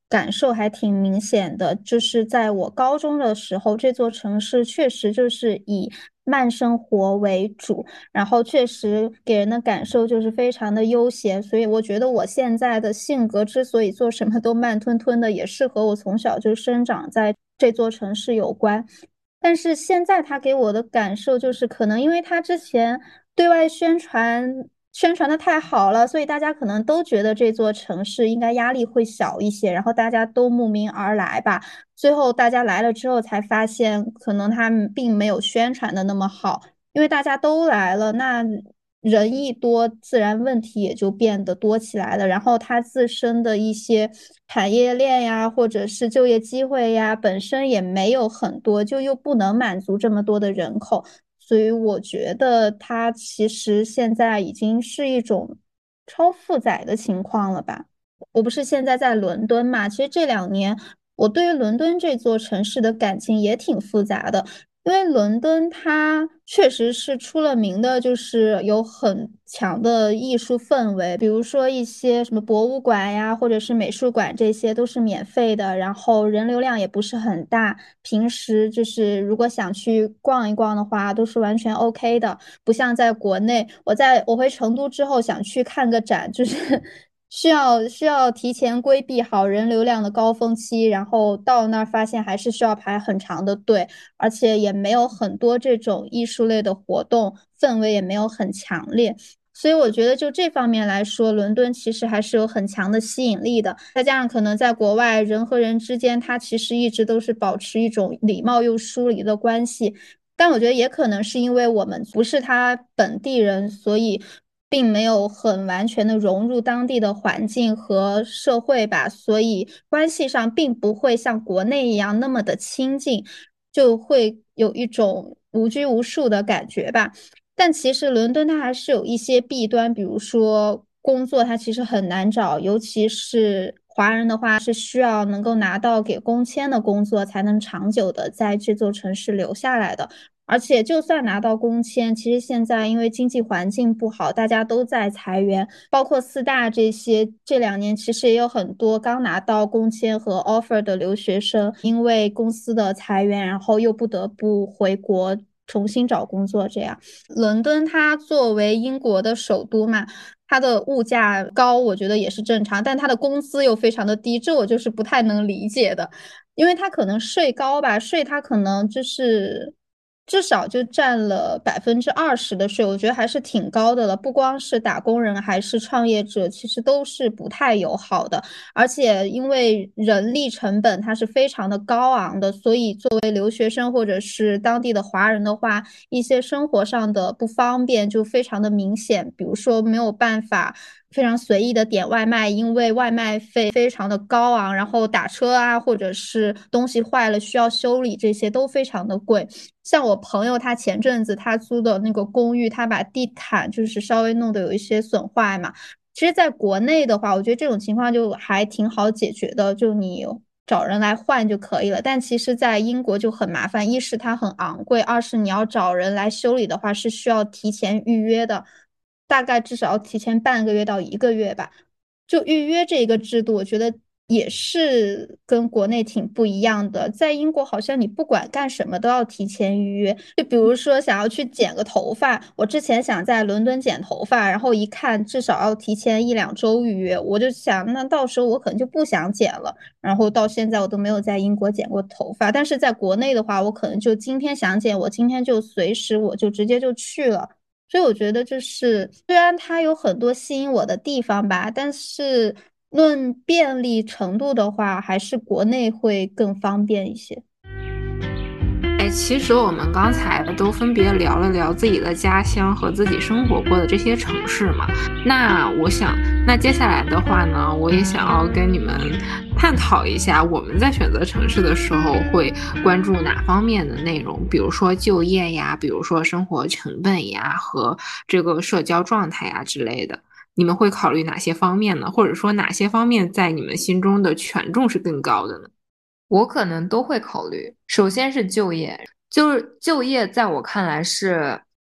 感受还挺明显的，就是在我高中的时候，这座城市确实就是以慢生活为主，然后确实给人的感受就是非常的悠闲，所以我觉得我现在的性格之所以做什么都慢吞吞的，也是和我从小就生长在这座城市有关。但是现在他给我的感受就是，可能因为他之前对外宣传的太好了，所以大家可能都觉得这座城市应该压力会小一些，然后大家都慕名而来吧。最后大家来了之后才发现，可能他们并没有宣传的那么好，因为大家都来了，那人一多，自然问题也就变得多起来了。然后它自身的一些产业链呀，或者是就业机会呀，本身也没有很多，就又不能满足这么多的人口。所以我觉得它其实现在已经是一种超负载的情况了吧。我不是现在在伦敦嘛，其实这2年我对于伦敦这座城市的感情也挺复杂的。因为伦敦它确实是出了名的，就是有很强的艺术氛围，比如说一些什么博物馆呀，或者是美术馆，这些都是免费的，然后人流量也不是很大，平时就是如果想去逛一逛的话，都是完全 OK 的，不像在国内，我回成都之后想去看个展，就是需要提前规避好人流量的高峰期，然后到那儿发现还是需要排很长的队。而且也没有很多这种艺术类的活动，氛围也没有很强烈。所以我觉得就这方面来说，伦敦其实还是有很强的吸引力的。再加上可能在国外，人和人之间，它其实一直都是保持一种礼貌又疏离的关系。但我觉得也可能是因为我们不是他本地人，所以并没有很完全的融入当地的环境和社会吧，所以关系上并不会像国内一样那么的亲近，就会有一种无拘无束的感觉吧。但其实伦敦它还是有一些弊端，比如说工作它其实很难找，尤其是华人的话是需要能够拿到给工签的工作才能长久的在这座城市留下来的。而且就算拿到工签，其实现在因为经济环境不好，大家都在裁员，包括四大这些，这2年其实也有很多刚拿到工签和 offer 的留学生，因为公司的裁员，然后又不得不回国重新找工作。这样，伦敦它作为英国的首都嘛，它的物价高，我觉得也是正常，但它的工资又非常的低，这我就是不太能理解的。因为它可能税高吧，税它可能就是至少就占了20%的税，我觉得还是挺高的了。不光是打工人，还是创业者，其实都是不太友好的。而且因为人力成本它是非常的高昂的，所以作为留学生或者是当地的华人的话，一些生活上的不方便就非常的明显。比如说没有办法非常随意的点外卖，因为外卖费非常的高昂，然后打车啊，或者是东西坏了需要修理，这些都非常的贵。像我朋友他前阵子他租的那个公寓，他把地毯就是稍微弄得有一些损坏嘛。其实在国内的话，我觉得这种情况就还挺好解决的，就你找人来换就可以了。但其实在英国就很麻烦，一是它很昂贵，二是你要找人来修理的话是需要提前预约的，大概至少要提前半个月到1个月吧。就预约这个制度，我觉得也是跟国内挺不一样的。在英国，好像你不管干什么都要提前预约。就比如说想要去剪个头发，我之前想在伦敦剪头发，然后一看至少要提前1-2周预约，我就想那到时候我可能就不想剪了。然后到现在我都没有在英国剪过头发，但是在国内的话，我可能就今天想剪，我今天就随时我就直接就去了。所以我觉得就是虽然它有很多吸引我的地方吧，但是论便利程度的话，还是国内会更方便一些。 其实我们刚才都分别聊了聊自己的家乡和自己生活过的这些城市嘛。那我想，那接下来的话呢，我也想要跟你们探讨一下，我们在选择城市的时候会关注哪方面的内容，比如说就业呀，比如说生活成本呀，和这个社交状态呀之类的。你们会考虑哪些方面呢？或者说哪些方面在你们心中的权重是更高的呢？ 我可能都会考虑。首先是就业，就是就业在我看来是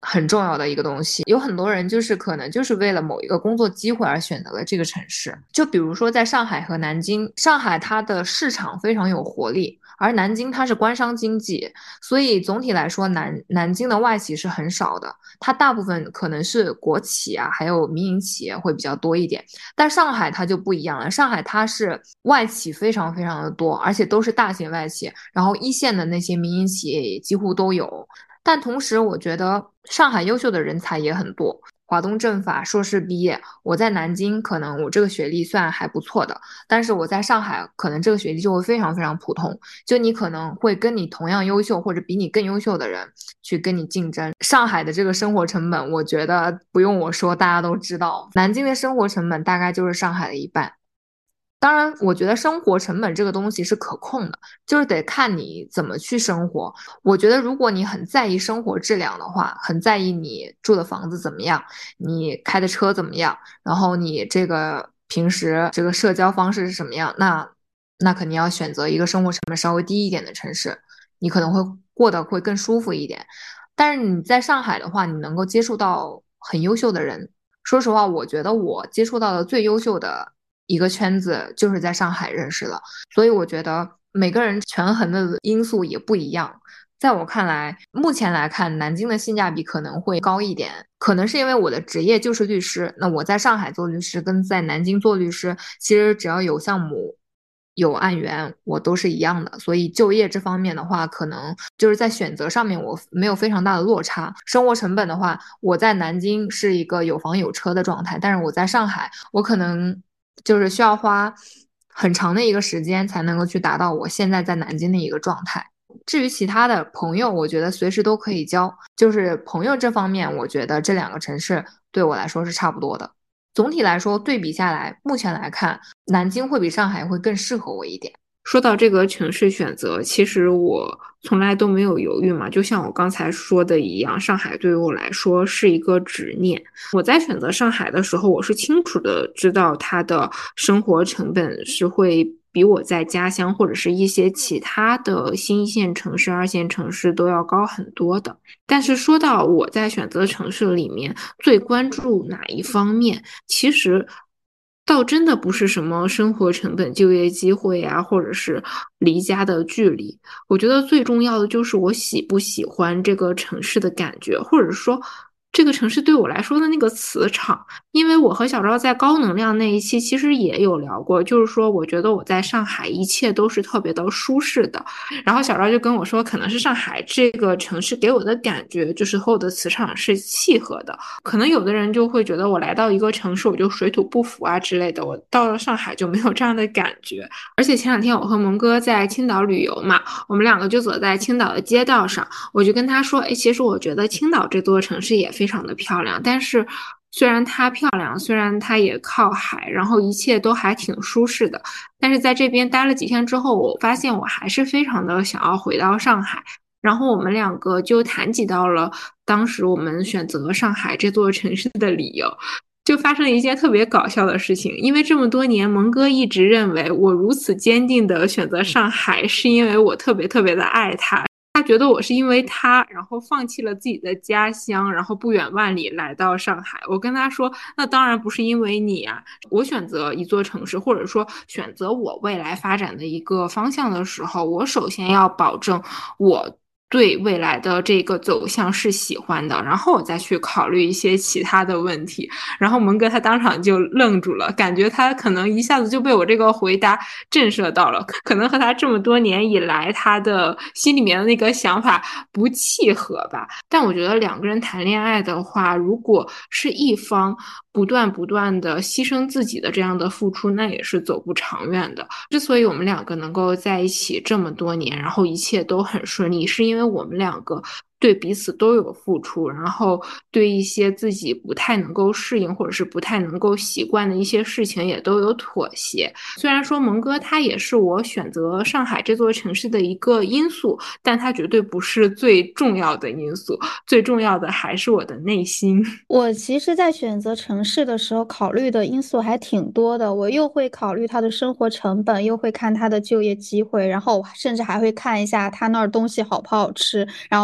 很重要的一个东西。有很多人就是可能就是为了某一个工作机会而选择了这个城市，就比如说在上海和南京，上海它的市场非常有活力，而南京它是官商经济，所以总体来说南京的外企是很少的，它大部分可能是国企啊，还有民营企业会比较多一点。但上海它就不一样了，上海它是外企非常非常的多，而且都是大型外企，然后一线的那些民营企业也几乎都有。但同时，我觉得上海优秀的人才也很多。华东政法硕士毕业，我在南京可能我这个学历算还不错的，但是我在上海可能这个学历就会非常非常普通。就你可能会跟你同样优秀或者比你更优秀的人去跟你竞争。上海的这个生活成本，我觉得不用我说，大家都知道。南京的生活成本大概就是上海的一半。当然，我觉得生活成本这个东西是可控的，就是得看你怎么去生活。我觉得如果你很在意生活质量的话，很在意你住的房子怎么样，你开的车怎么样，然后你这个平时这个社交方式是什么样，那肯定要选择一个生活成本稍微低一点的城市，你可能会过得会更舒服一点。但是你在上海的话，你能够接触到很优秀的人。说实话，我觉得我接触到的最优秀的一个圈子就是在上海认识的，所以我觉得每个人权衡的因素也不一样。在我看来，目前来看，南京的性价比可能会高一点，可能是因为我的职业就是律师。那我在上海做律师跟在南京做律师，其实只要有项目、有案源，我都是一样的。所以就业这方面的话，可能就是在选择上面我没有非常大的落差。生活成本的话，我在南京是一个有房有车的状态，但是我在上海，我可能就是需要花很长的一个时间才能够去达到我现在在南京的一个状态。至于其他的朋友，我觉得随时都可以交。就是朋友这方面，我觉得这两个城市对我来说是差不多的。总体来说，对比下来，目前来看，南京会比上海会更适合我一点。 说到这个城市选择，其实我从来都没有犹豫嘛，就像我刚才说的一样，上海对于我来说是一个执念。我在选择上海的时候，我是清楚的知道它的生活成本是会比我在家乡或者是一些其他的新一线城市、二线城市都要高很多的。但是说到我在选择城市里面最关注哪一方面，其实倒真的不是什么生活成本、就业机会啊，或者是离家的距离。我觉得最重要的就是我喜不喜欢这个城市的感觉，或者说这个城市对我来说的那个磁场。因为我和小赵在高能量那一期其实也有聊过，就是说我觉得我在上海一切都是特别的舒适的。然后小赵就跟我说，可能是上海这个城市给我的感觉就是和我的磁场是契合的。可能有的人就会觉得我来到一个城市我就水土不服啊之类的，我到了上海就没有这样的感觉。而且前两天我和蒙哥在青岛旅游嘛，我们两个就走在青岛的街道上，我就跟他说，其实我觉得青岛这座城市也非常的漂亮，但是虽然它漂亮，虽然它也靠海，然后一切都还挺舒适的，但是在这边待了几天之后，我发现我还是非常的想要回到上海。然后我们两个就谈及到了当时我们选择上海这座城市的理由，就发生了一件特别搞笑的事情。因为这么多年，蒙哥一直认为我如此坚定的选择上海，是因为我特别特别的爱它。他觉得我是因为他，然后放弃了自己的家乡，然后不远万里来到上海。我跟他说，那当然不是因为你啊，我选择一座城市，或者说选择我未来发展的一个方向的时候，我首先要保证我对未来的这个走向是喜欢的，然后我再去考虑一些其他的问题。然后蒙哥他当场就愣住了，感觉他可能一下子就被我这个回答震慑到了，可能和他这么多年以来他的心里面的那个想法不契合吧。但我觉得两个人谈恋爱的话，如果是一方不断的牺牲自己的这样的付出，那也是走不长远的。之所以我们两个能够在一起这么多年，然后一切都很顺利，是因为我们两个对彼此都有付出，然后对一些自己不太能够适应或者是不太能够习惯的一些事情也都有妥协。虽然说蒙哥他也是我选择上海这座城市的一个因素，但他绝对不是最重要的因素，最重要的还是我的内心。 我其实，在选择城市的时候，考虑的因素还挺多的。我又会考虑它的生活成本，又会看它的就业机会，然后甚至还会看一下它那儿东西好不好吃，然后它那儿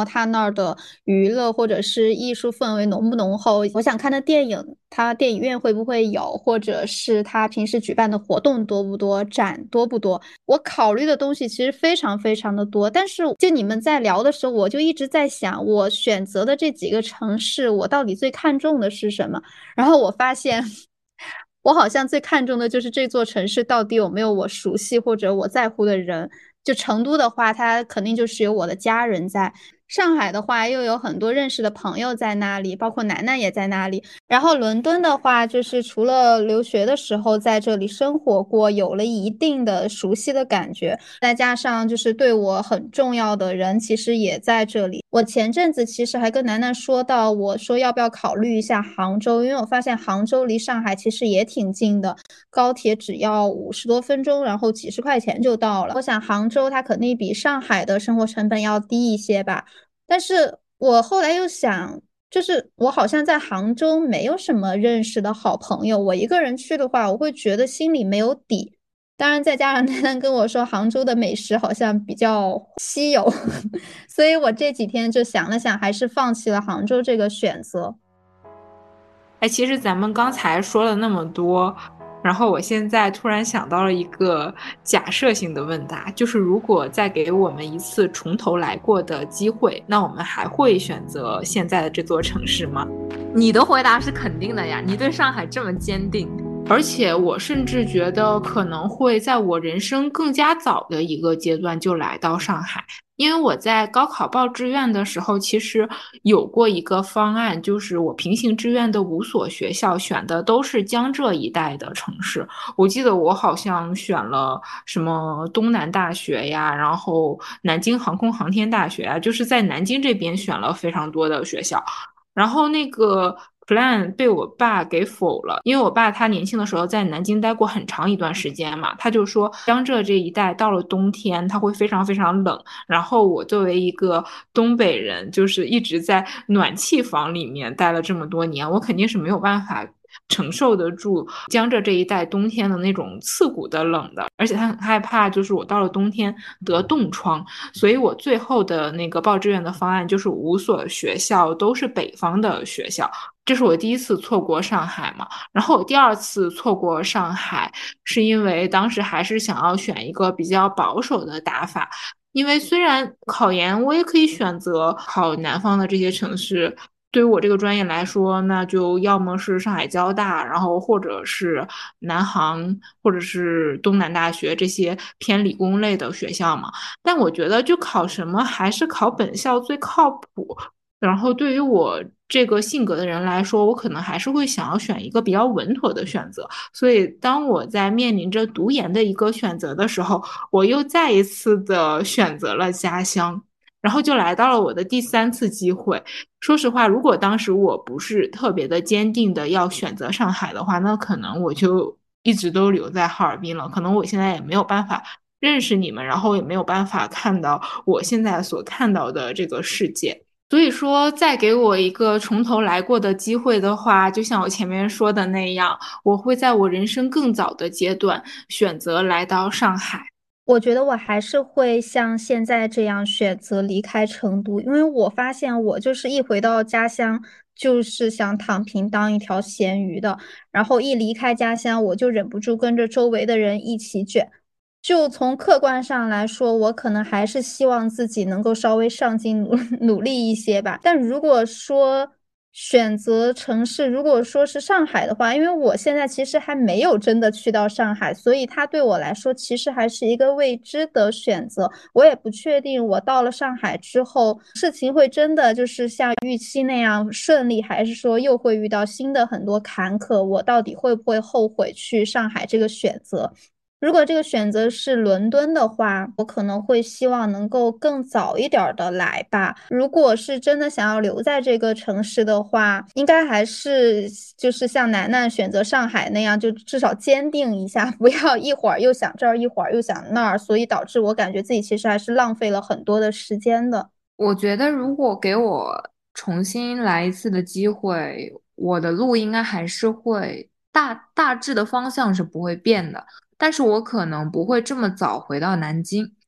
儿的娱乐或者是艺术氛围浓不浓厚，我想看的电影它电影院会不会有，或者是它平时举办的活动多不多，展多不多。我考虑的东西其实非常非常的多，但是就你们在聊的时候，我就一直在想，我选择的这几个城市，我到底最看重的是什么？然后我发现我好像最看重的就是这座城市到底有没有我熟悉或者我在乎的人。就成都的话，它肯定就是有我的家人在。上海的话，又有很多认识的朋友在那里，包括楠楠也在那里。然后伦敦的话，就是除了留学的时候在这里生活过，有了一定的熟悉的感觉，再加上就是对我很重要的人，其实也在这里。我前阵子其实还跟楠楠说到，我说要不要考虑一下杭州，因为我发现杭州离上海其实也挺近的，高铁只要50多分钟，然后几十块钱就到了。我想杭州它肯定比上海的生活成本要低一些吧。但是我后来又想，就是我好像在杭州没有什么认识的好朋友，我一个人去的话，我会觉得心里没有底。当然，再加上丹丹跟我说杭州的美食好像比较稀有，所以我这几天就想了想，还是放弃了杭州这个选择。 哎，其实咱们刚才说了那么多，然后我现在突然想到了一个假设性的问答，就是如果再给我们一次从头来过的机会，那我们还会选择现在的这座城市吗？ 你的回答是肯定的呀，你对上海这么坚定。 而且我甚至觉得可能会在我人生更加早的一个阶段就来到上海，因为我在高考报志愿的时候，其实有过一个方案，就是我平行志愿的5所学校选的都是江浙一带的城市。我记得我好像选了什么东南大学呀，然后南京航空航天大学啊，就是在南京这边选了非常多的学校。然后那个 plan 被我爸给否了，因为我爸他年轻的时候在南京待过很长一段时间嘛，他就说江浙这一带到了冬天他会非常非常冷，然后我作为一个东北人，就是一直在暖气房里面待了这么多年，我肯定是没有办法承受得住江浙这一带冬天的那种刺骨的冷的，而且他很害怕，就是我到了冬天得冻疮，所以我最后的那个报志愿的方案就是5所学校都是北方的学校。这是我第一次错过上海嘛，然后我第二次错过上海，是因为当时还是想要选一个比较保守的打法，因为虽然考研我也可以选择考南方的这些城市，对于我这个专业来说，那就要么是上海交大，然后或者是南航，或者是东南大学这些偏理工类的学校嘛。但我觉得就考什么还是考本校最靠谱。然后对于我这个性格的人来说，我可能还是会想要选一个比较稳妥的选择。所以当我在面临着读研的一个选择的时候，我又再一次的选择了家乡。然后就来到了我的第3次机会。说实话，如果当时我不是特别的坚定的要选择上海的话，那可能我就一直都留在哈尔滨了。可能我现在也没有办法认识你们，然后也没有办法看到我现在所看到的这个世界。所以说，再给我一个从头来过的机会的话，就像我前面说的那样，我会在我人生更早的阶段选择来到上海。 我觉得我还是会像现在这样选择离开成都，因为我发现我就是一回到家乡，就是想躺平当一条咸鱼的，然后一离开家乡，我就忍不住跟着周围的人一起卷。就从客观上来说，我可能还是希望自己能够稍微上进努力一些吧。但如果说选择城市，如果说是上海的话，因为我现在其实还没有真的去到上海，所以它对我来说其实还是一个未知的选择。我也不确定我到了上海之后，事情会真的就是像预期那样顺利，还是说又会遇到新的很多坎坷，我到底会不会后悔去上海这个选择？如果这个选择是伦敦的话，我可能会希望能够更早一点的来吧。如果是真的想要留在这个城市的话，应该还是就是像楠楠选择上海那样，就至少坚定一下，不要一会儿又想这儿，一会儿又想那儿，所以导致我感觉自己其实还是浪费了很多的时间的。 我觉得如果给我重新来一次的机会，我的路应该还是会大致的方向是不会变的，但是我可能不会这么早回到南京。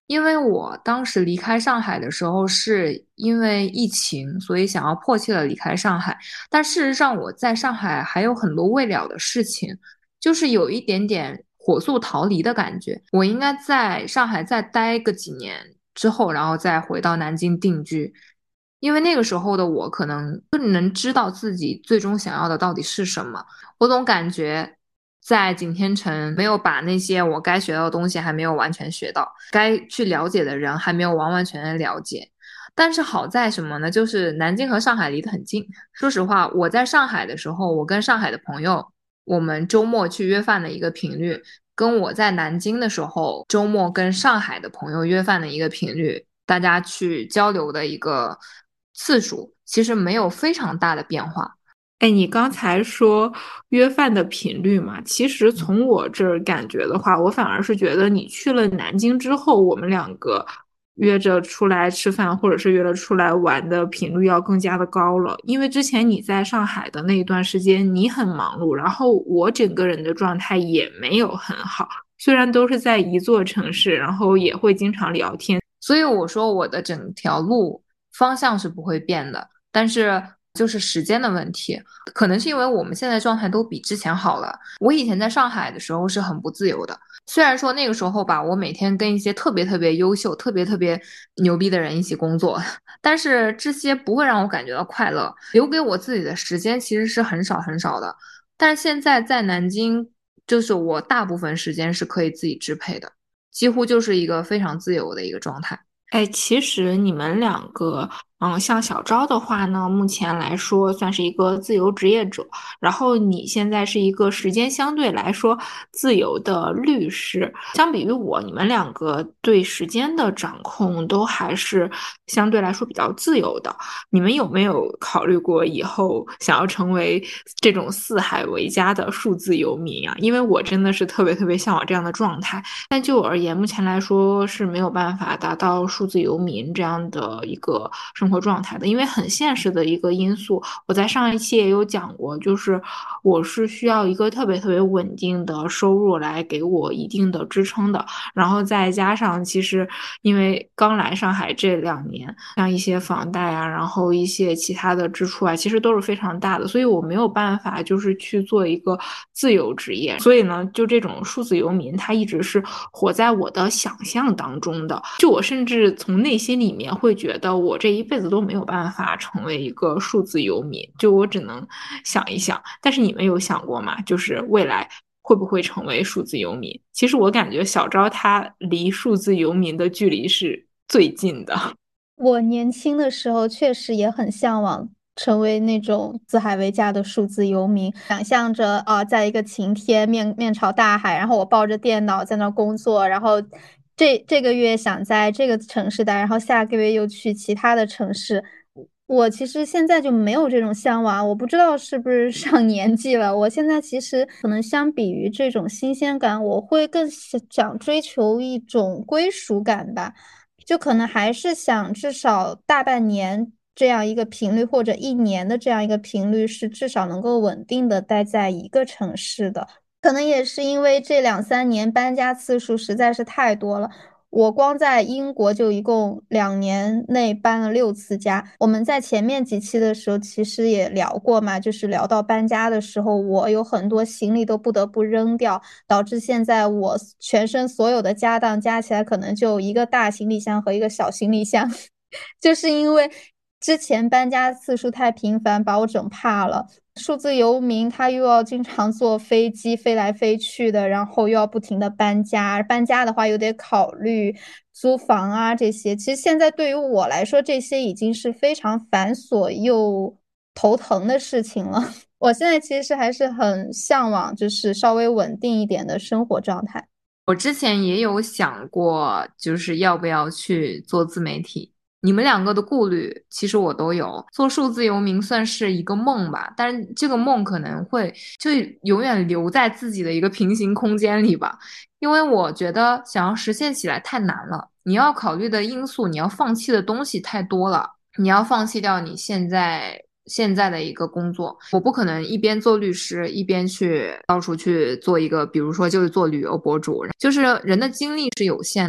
因为我当时离开上海的时候是因为疫情，所以想要迫切的离开上海。但事实上我在上海还有很多未了的事情，就是有一点点火速逃离的感觉。我应该在上海再待个几年之后，然后再回到南京定居。因为那个时候的我可能更能知道自己最终想要的到底是什么。我总感觉在景天城没有把那些我该学到的东西还没有完全学到，该去了解的人还没有完完全全了解。但是好在什么呢？就是南京和上海离得很近。说实话，我在上海的时候，我跟上海的朋友，我们周末去约饭的一个频率，跟我在南京的时候，周末跟上海的朋友约饭的一个频率，大家去交流的一个次数，其实没有非常大的变化。 哎，你刚才说约饭的频率嘛，其实从我这儿感觉的话，我反而是觉得你去了南京之后，我们两个约着出来吃饭，或者是约着出来玩的频率要更加的高了。因为之前你在上海的那一段时间，你很忙碌，然后我整个人的状态也没有很好，虽然都是在一座城市，然后也会经常聊天。 所以我说我的整条路方向是不会变的，但是就是时间的问题，可能是因为我们现在状态都比之前好了。我以前在上海的时候是很不自由的，虽然说那个时候吧，我每天跟一些特别特别优秀、特别特别牛逼的人一起工作，但是这些不会让我感觉到快乐，留给我自己的时间其实是很少很少的。但是现在在南京，就是我大部分时间是可以自己支配的。几乎就是一个非常自由的一个状态。 哎，其实你们两个，像小昭的话呢，目前来说算是一个自由职业者，然后你现在是一个时间相对来说自由的律师。相比于我，你们两个对时间的掌控都还是相对来说比较自由的。你们有没有考虑过以后想要成为这种四海为家的数字游民啊？因为我真的是特别特别向往这样的状态。但就我而言，目前来说是没有办法达到数字游民这样的一个生活状态的，因为很现实的一个因素。我在上一期也有讲过，就是我是需要一个特别特别稳定的收入来给我一定的支撑的，然后再加上其实因为刚来上海这2年，像一些房贷啊，然后一些其他的支出啊，其实都是非常大的，所以我没有办法就是去做一个自由职业。所以呢，就这种数字游民，它一直是活在我的想象当中的。就我甚至从内心里面会觉得，我这一辈子都没有办法成为一个数字游民，就我只能想一想。但是你们有想过吗？就是未来会不会成为数字游民？其实我感觉小昭他离数字游民的距离是最近的。 我年轻的时候确实也很向往成为那种四海为家的数字游民，想象着啊，在一个晴天面朝大海，然后我抱着电脑在那儿工作，然后这个月想在这个城市待，然后下个月又去其他的城市。我其实现在就没有这种向往，我不知道是不是上年纪了。我现在其实可能相比于这种新鲜感，我会更想追求一种归属感吧。就可能还是想至少大半年这样一个频率，或者一年的这样一个频率，是至少能够稳定的待在一个城市的。可能也是因为这2、3年搬家次数实在是太多了。我光在英国就一共2年内搬了6次家。我们在前面几期的时候其实也聊过嘛，就是聊到搬家的时候，我有很多行李都不得不扔掉，导致现在我全身所有的家当加起来可能就一个大行李箱和一个小行李箱，就是因为之前搬家次数太频繁，把我整怕了。数字游民他又要经常坐飞机飞来飞去的，然后又要不停的搬家，搬家的话又得考虑租房啊这些。其实现在对于我来说，这些已经是非常繁琐又头疼的事情了。我现在其实还是很向往，就是稍微稳定一点的生活状态。 我之前也有想过，就是要不要去做自媒体。你们两个的顾虑，其实我都有。做数字游民算是一个梦吧，但是这个梦可能会就永远留在自己的一个平行空间里吧，因为我觉得想要实现起来太难了。你要考虑的因素，你要放弃的东西太多了。你要放弃掉你现在的一个工作，我不可能一边做律师一边去到处去做一个，比如说就是做旅游博主，就是人的精力是有限的。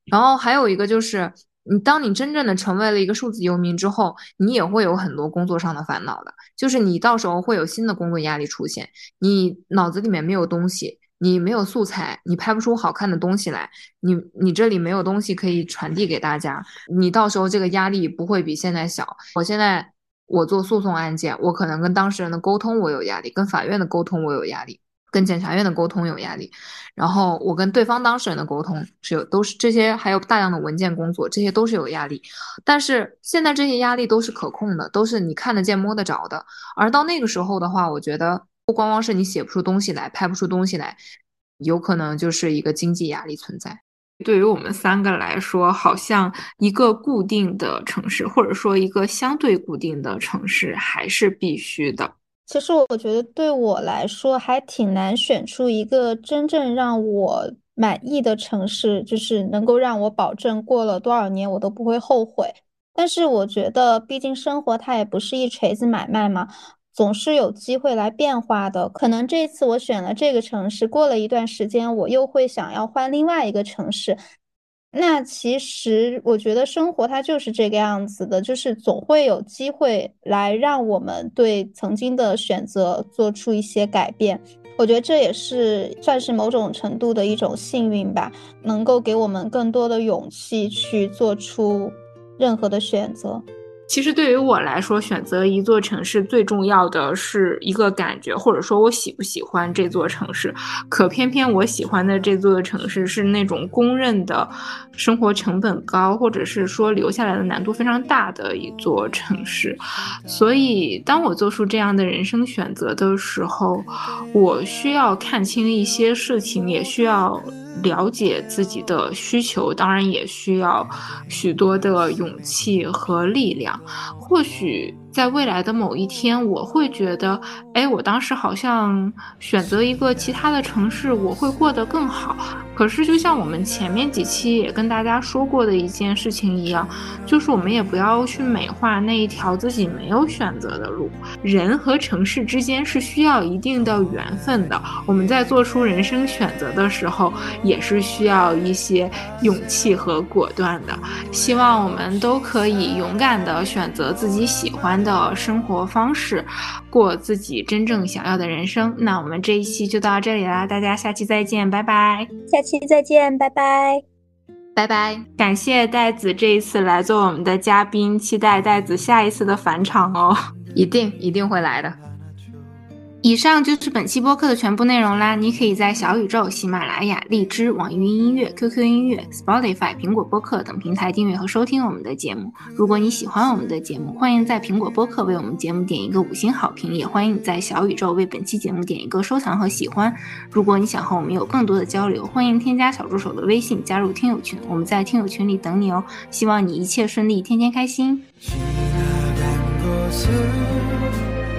然后还有一个就是，当你真正的成为了一个数字游民之后，你也会有很多工作上的烦恼的，就是你到时候会有新的工作压力出现，你脑子里面没有东西，你没有素材，你拍不出好看的东西来，你这里没有东西可以传递给大家，你到时候这个压力不会比现在小。我做诉讼案件，我可能跟当事人的沟通我有压力，跟法院的沟通我有压力，跟检察院的沟通有压力。然后我跟对方当事人的沟通都是这些，还有大量的文件工作，这些都是有压力。但是现在这些压力都是可控的，都是你看得见摸得着的。而到那个时候的话，我觉得不光光是你写不出东西来，拍不出东西来，有可能就是一个经济压力存在。 对于我们三个来说，好像一个固定的城市，或者说一个相对固定的城市，还是必须的。 其实我觉得对我来说还挺难选出一个真正让我满意的城市，就是能够让我保证过了多少年我都不会后悔。但是我觉得，毕竟生活它也不是一锤子买卖嘛，总是有机会来变化的。可能这次我选了这个城市，过了一段时间，我又会想要换另外一个城市。那其实我觉得生活它就是这个样子的，就是总会有机会来让我们对曾经的选择做出一些改变。我觉得这也是算是某种程度的一种幸运吧，能够给我们更多的勇气去做出任何的选择。 其实对于我来说，选择一座城市最重要的是一个感觉，或者说我喜不喜欢这座城市。可偏偏我喜欢的这座城市是那种公认的生活成本高，或者是说留下来的难度非常大的一座城市。所以当我做出这样的人生选择的时候，我需要看清一些事情，也需要了解自己的需求，当然也需要许多的勇气和力量。或许在未来的某一天，我会觉得，我当时好像选择一个其他的城市，我会过得更好。可是就像我们前面几期也跟大家说过的一件事情一样，就是我们也不要去美化那一条自己没有选择的路。人和城市之间是需要一定的缘分的，我们在做出人生选择的时候，也是需要一些勇气和果断的。希望我们都可以勇敢地选择自己喜欢的生活方式，过自己真正想要的人生。那我们这一期就到这里啦，大家下期再见，拜拜。 下期再见，拜拜。 拜拜。 感谢戴子这一次来做我们的嘉宾，期待戴子下一次的返场哦。 一定会来的。 以上就是本期播客的全部内容啦，你可以在小宇宙、喜马拉雅、荔枝、网易云音乐、QQ 音乐、Spotify、苹果播客等平台订阅和收听我们的节目。如果你喜欢我们的节目，欢迎在苹果播客为我们节目点一个5星好评，也欢迎你在小宇宙为本期节目点一个收藏和喜欢。如果你想和我们有更多的交流，欢迎添加小助手的微信加入听友群，我们在听友群里等你哦。希望你一切顺利，天天开心。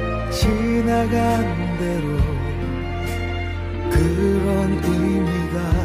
지나간 대로 그런 의미가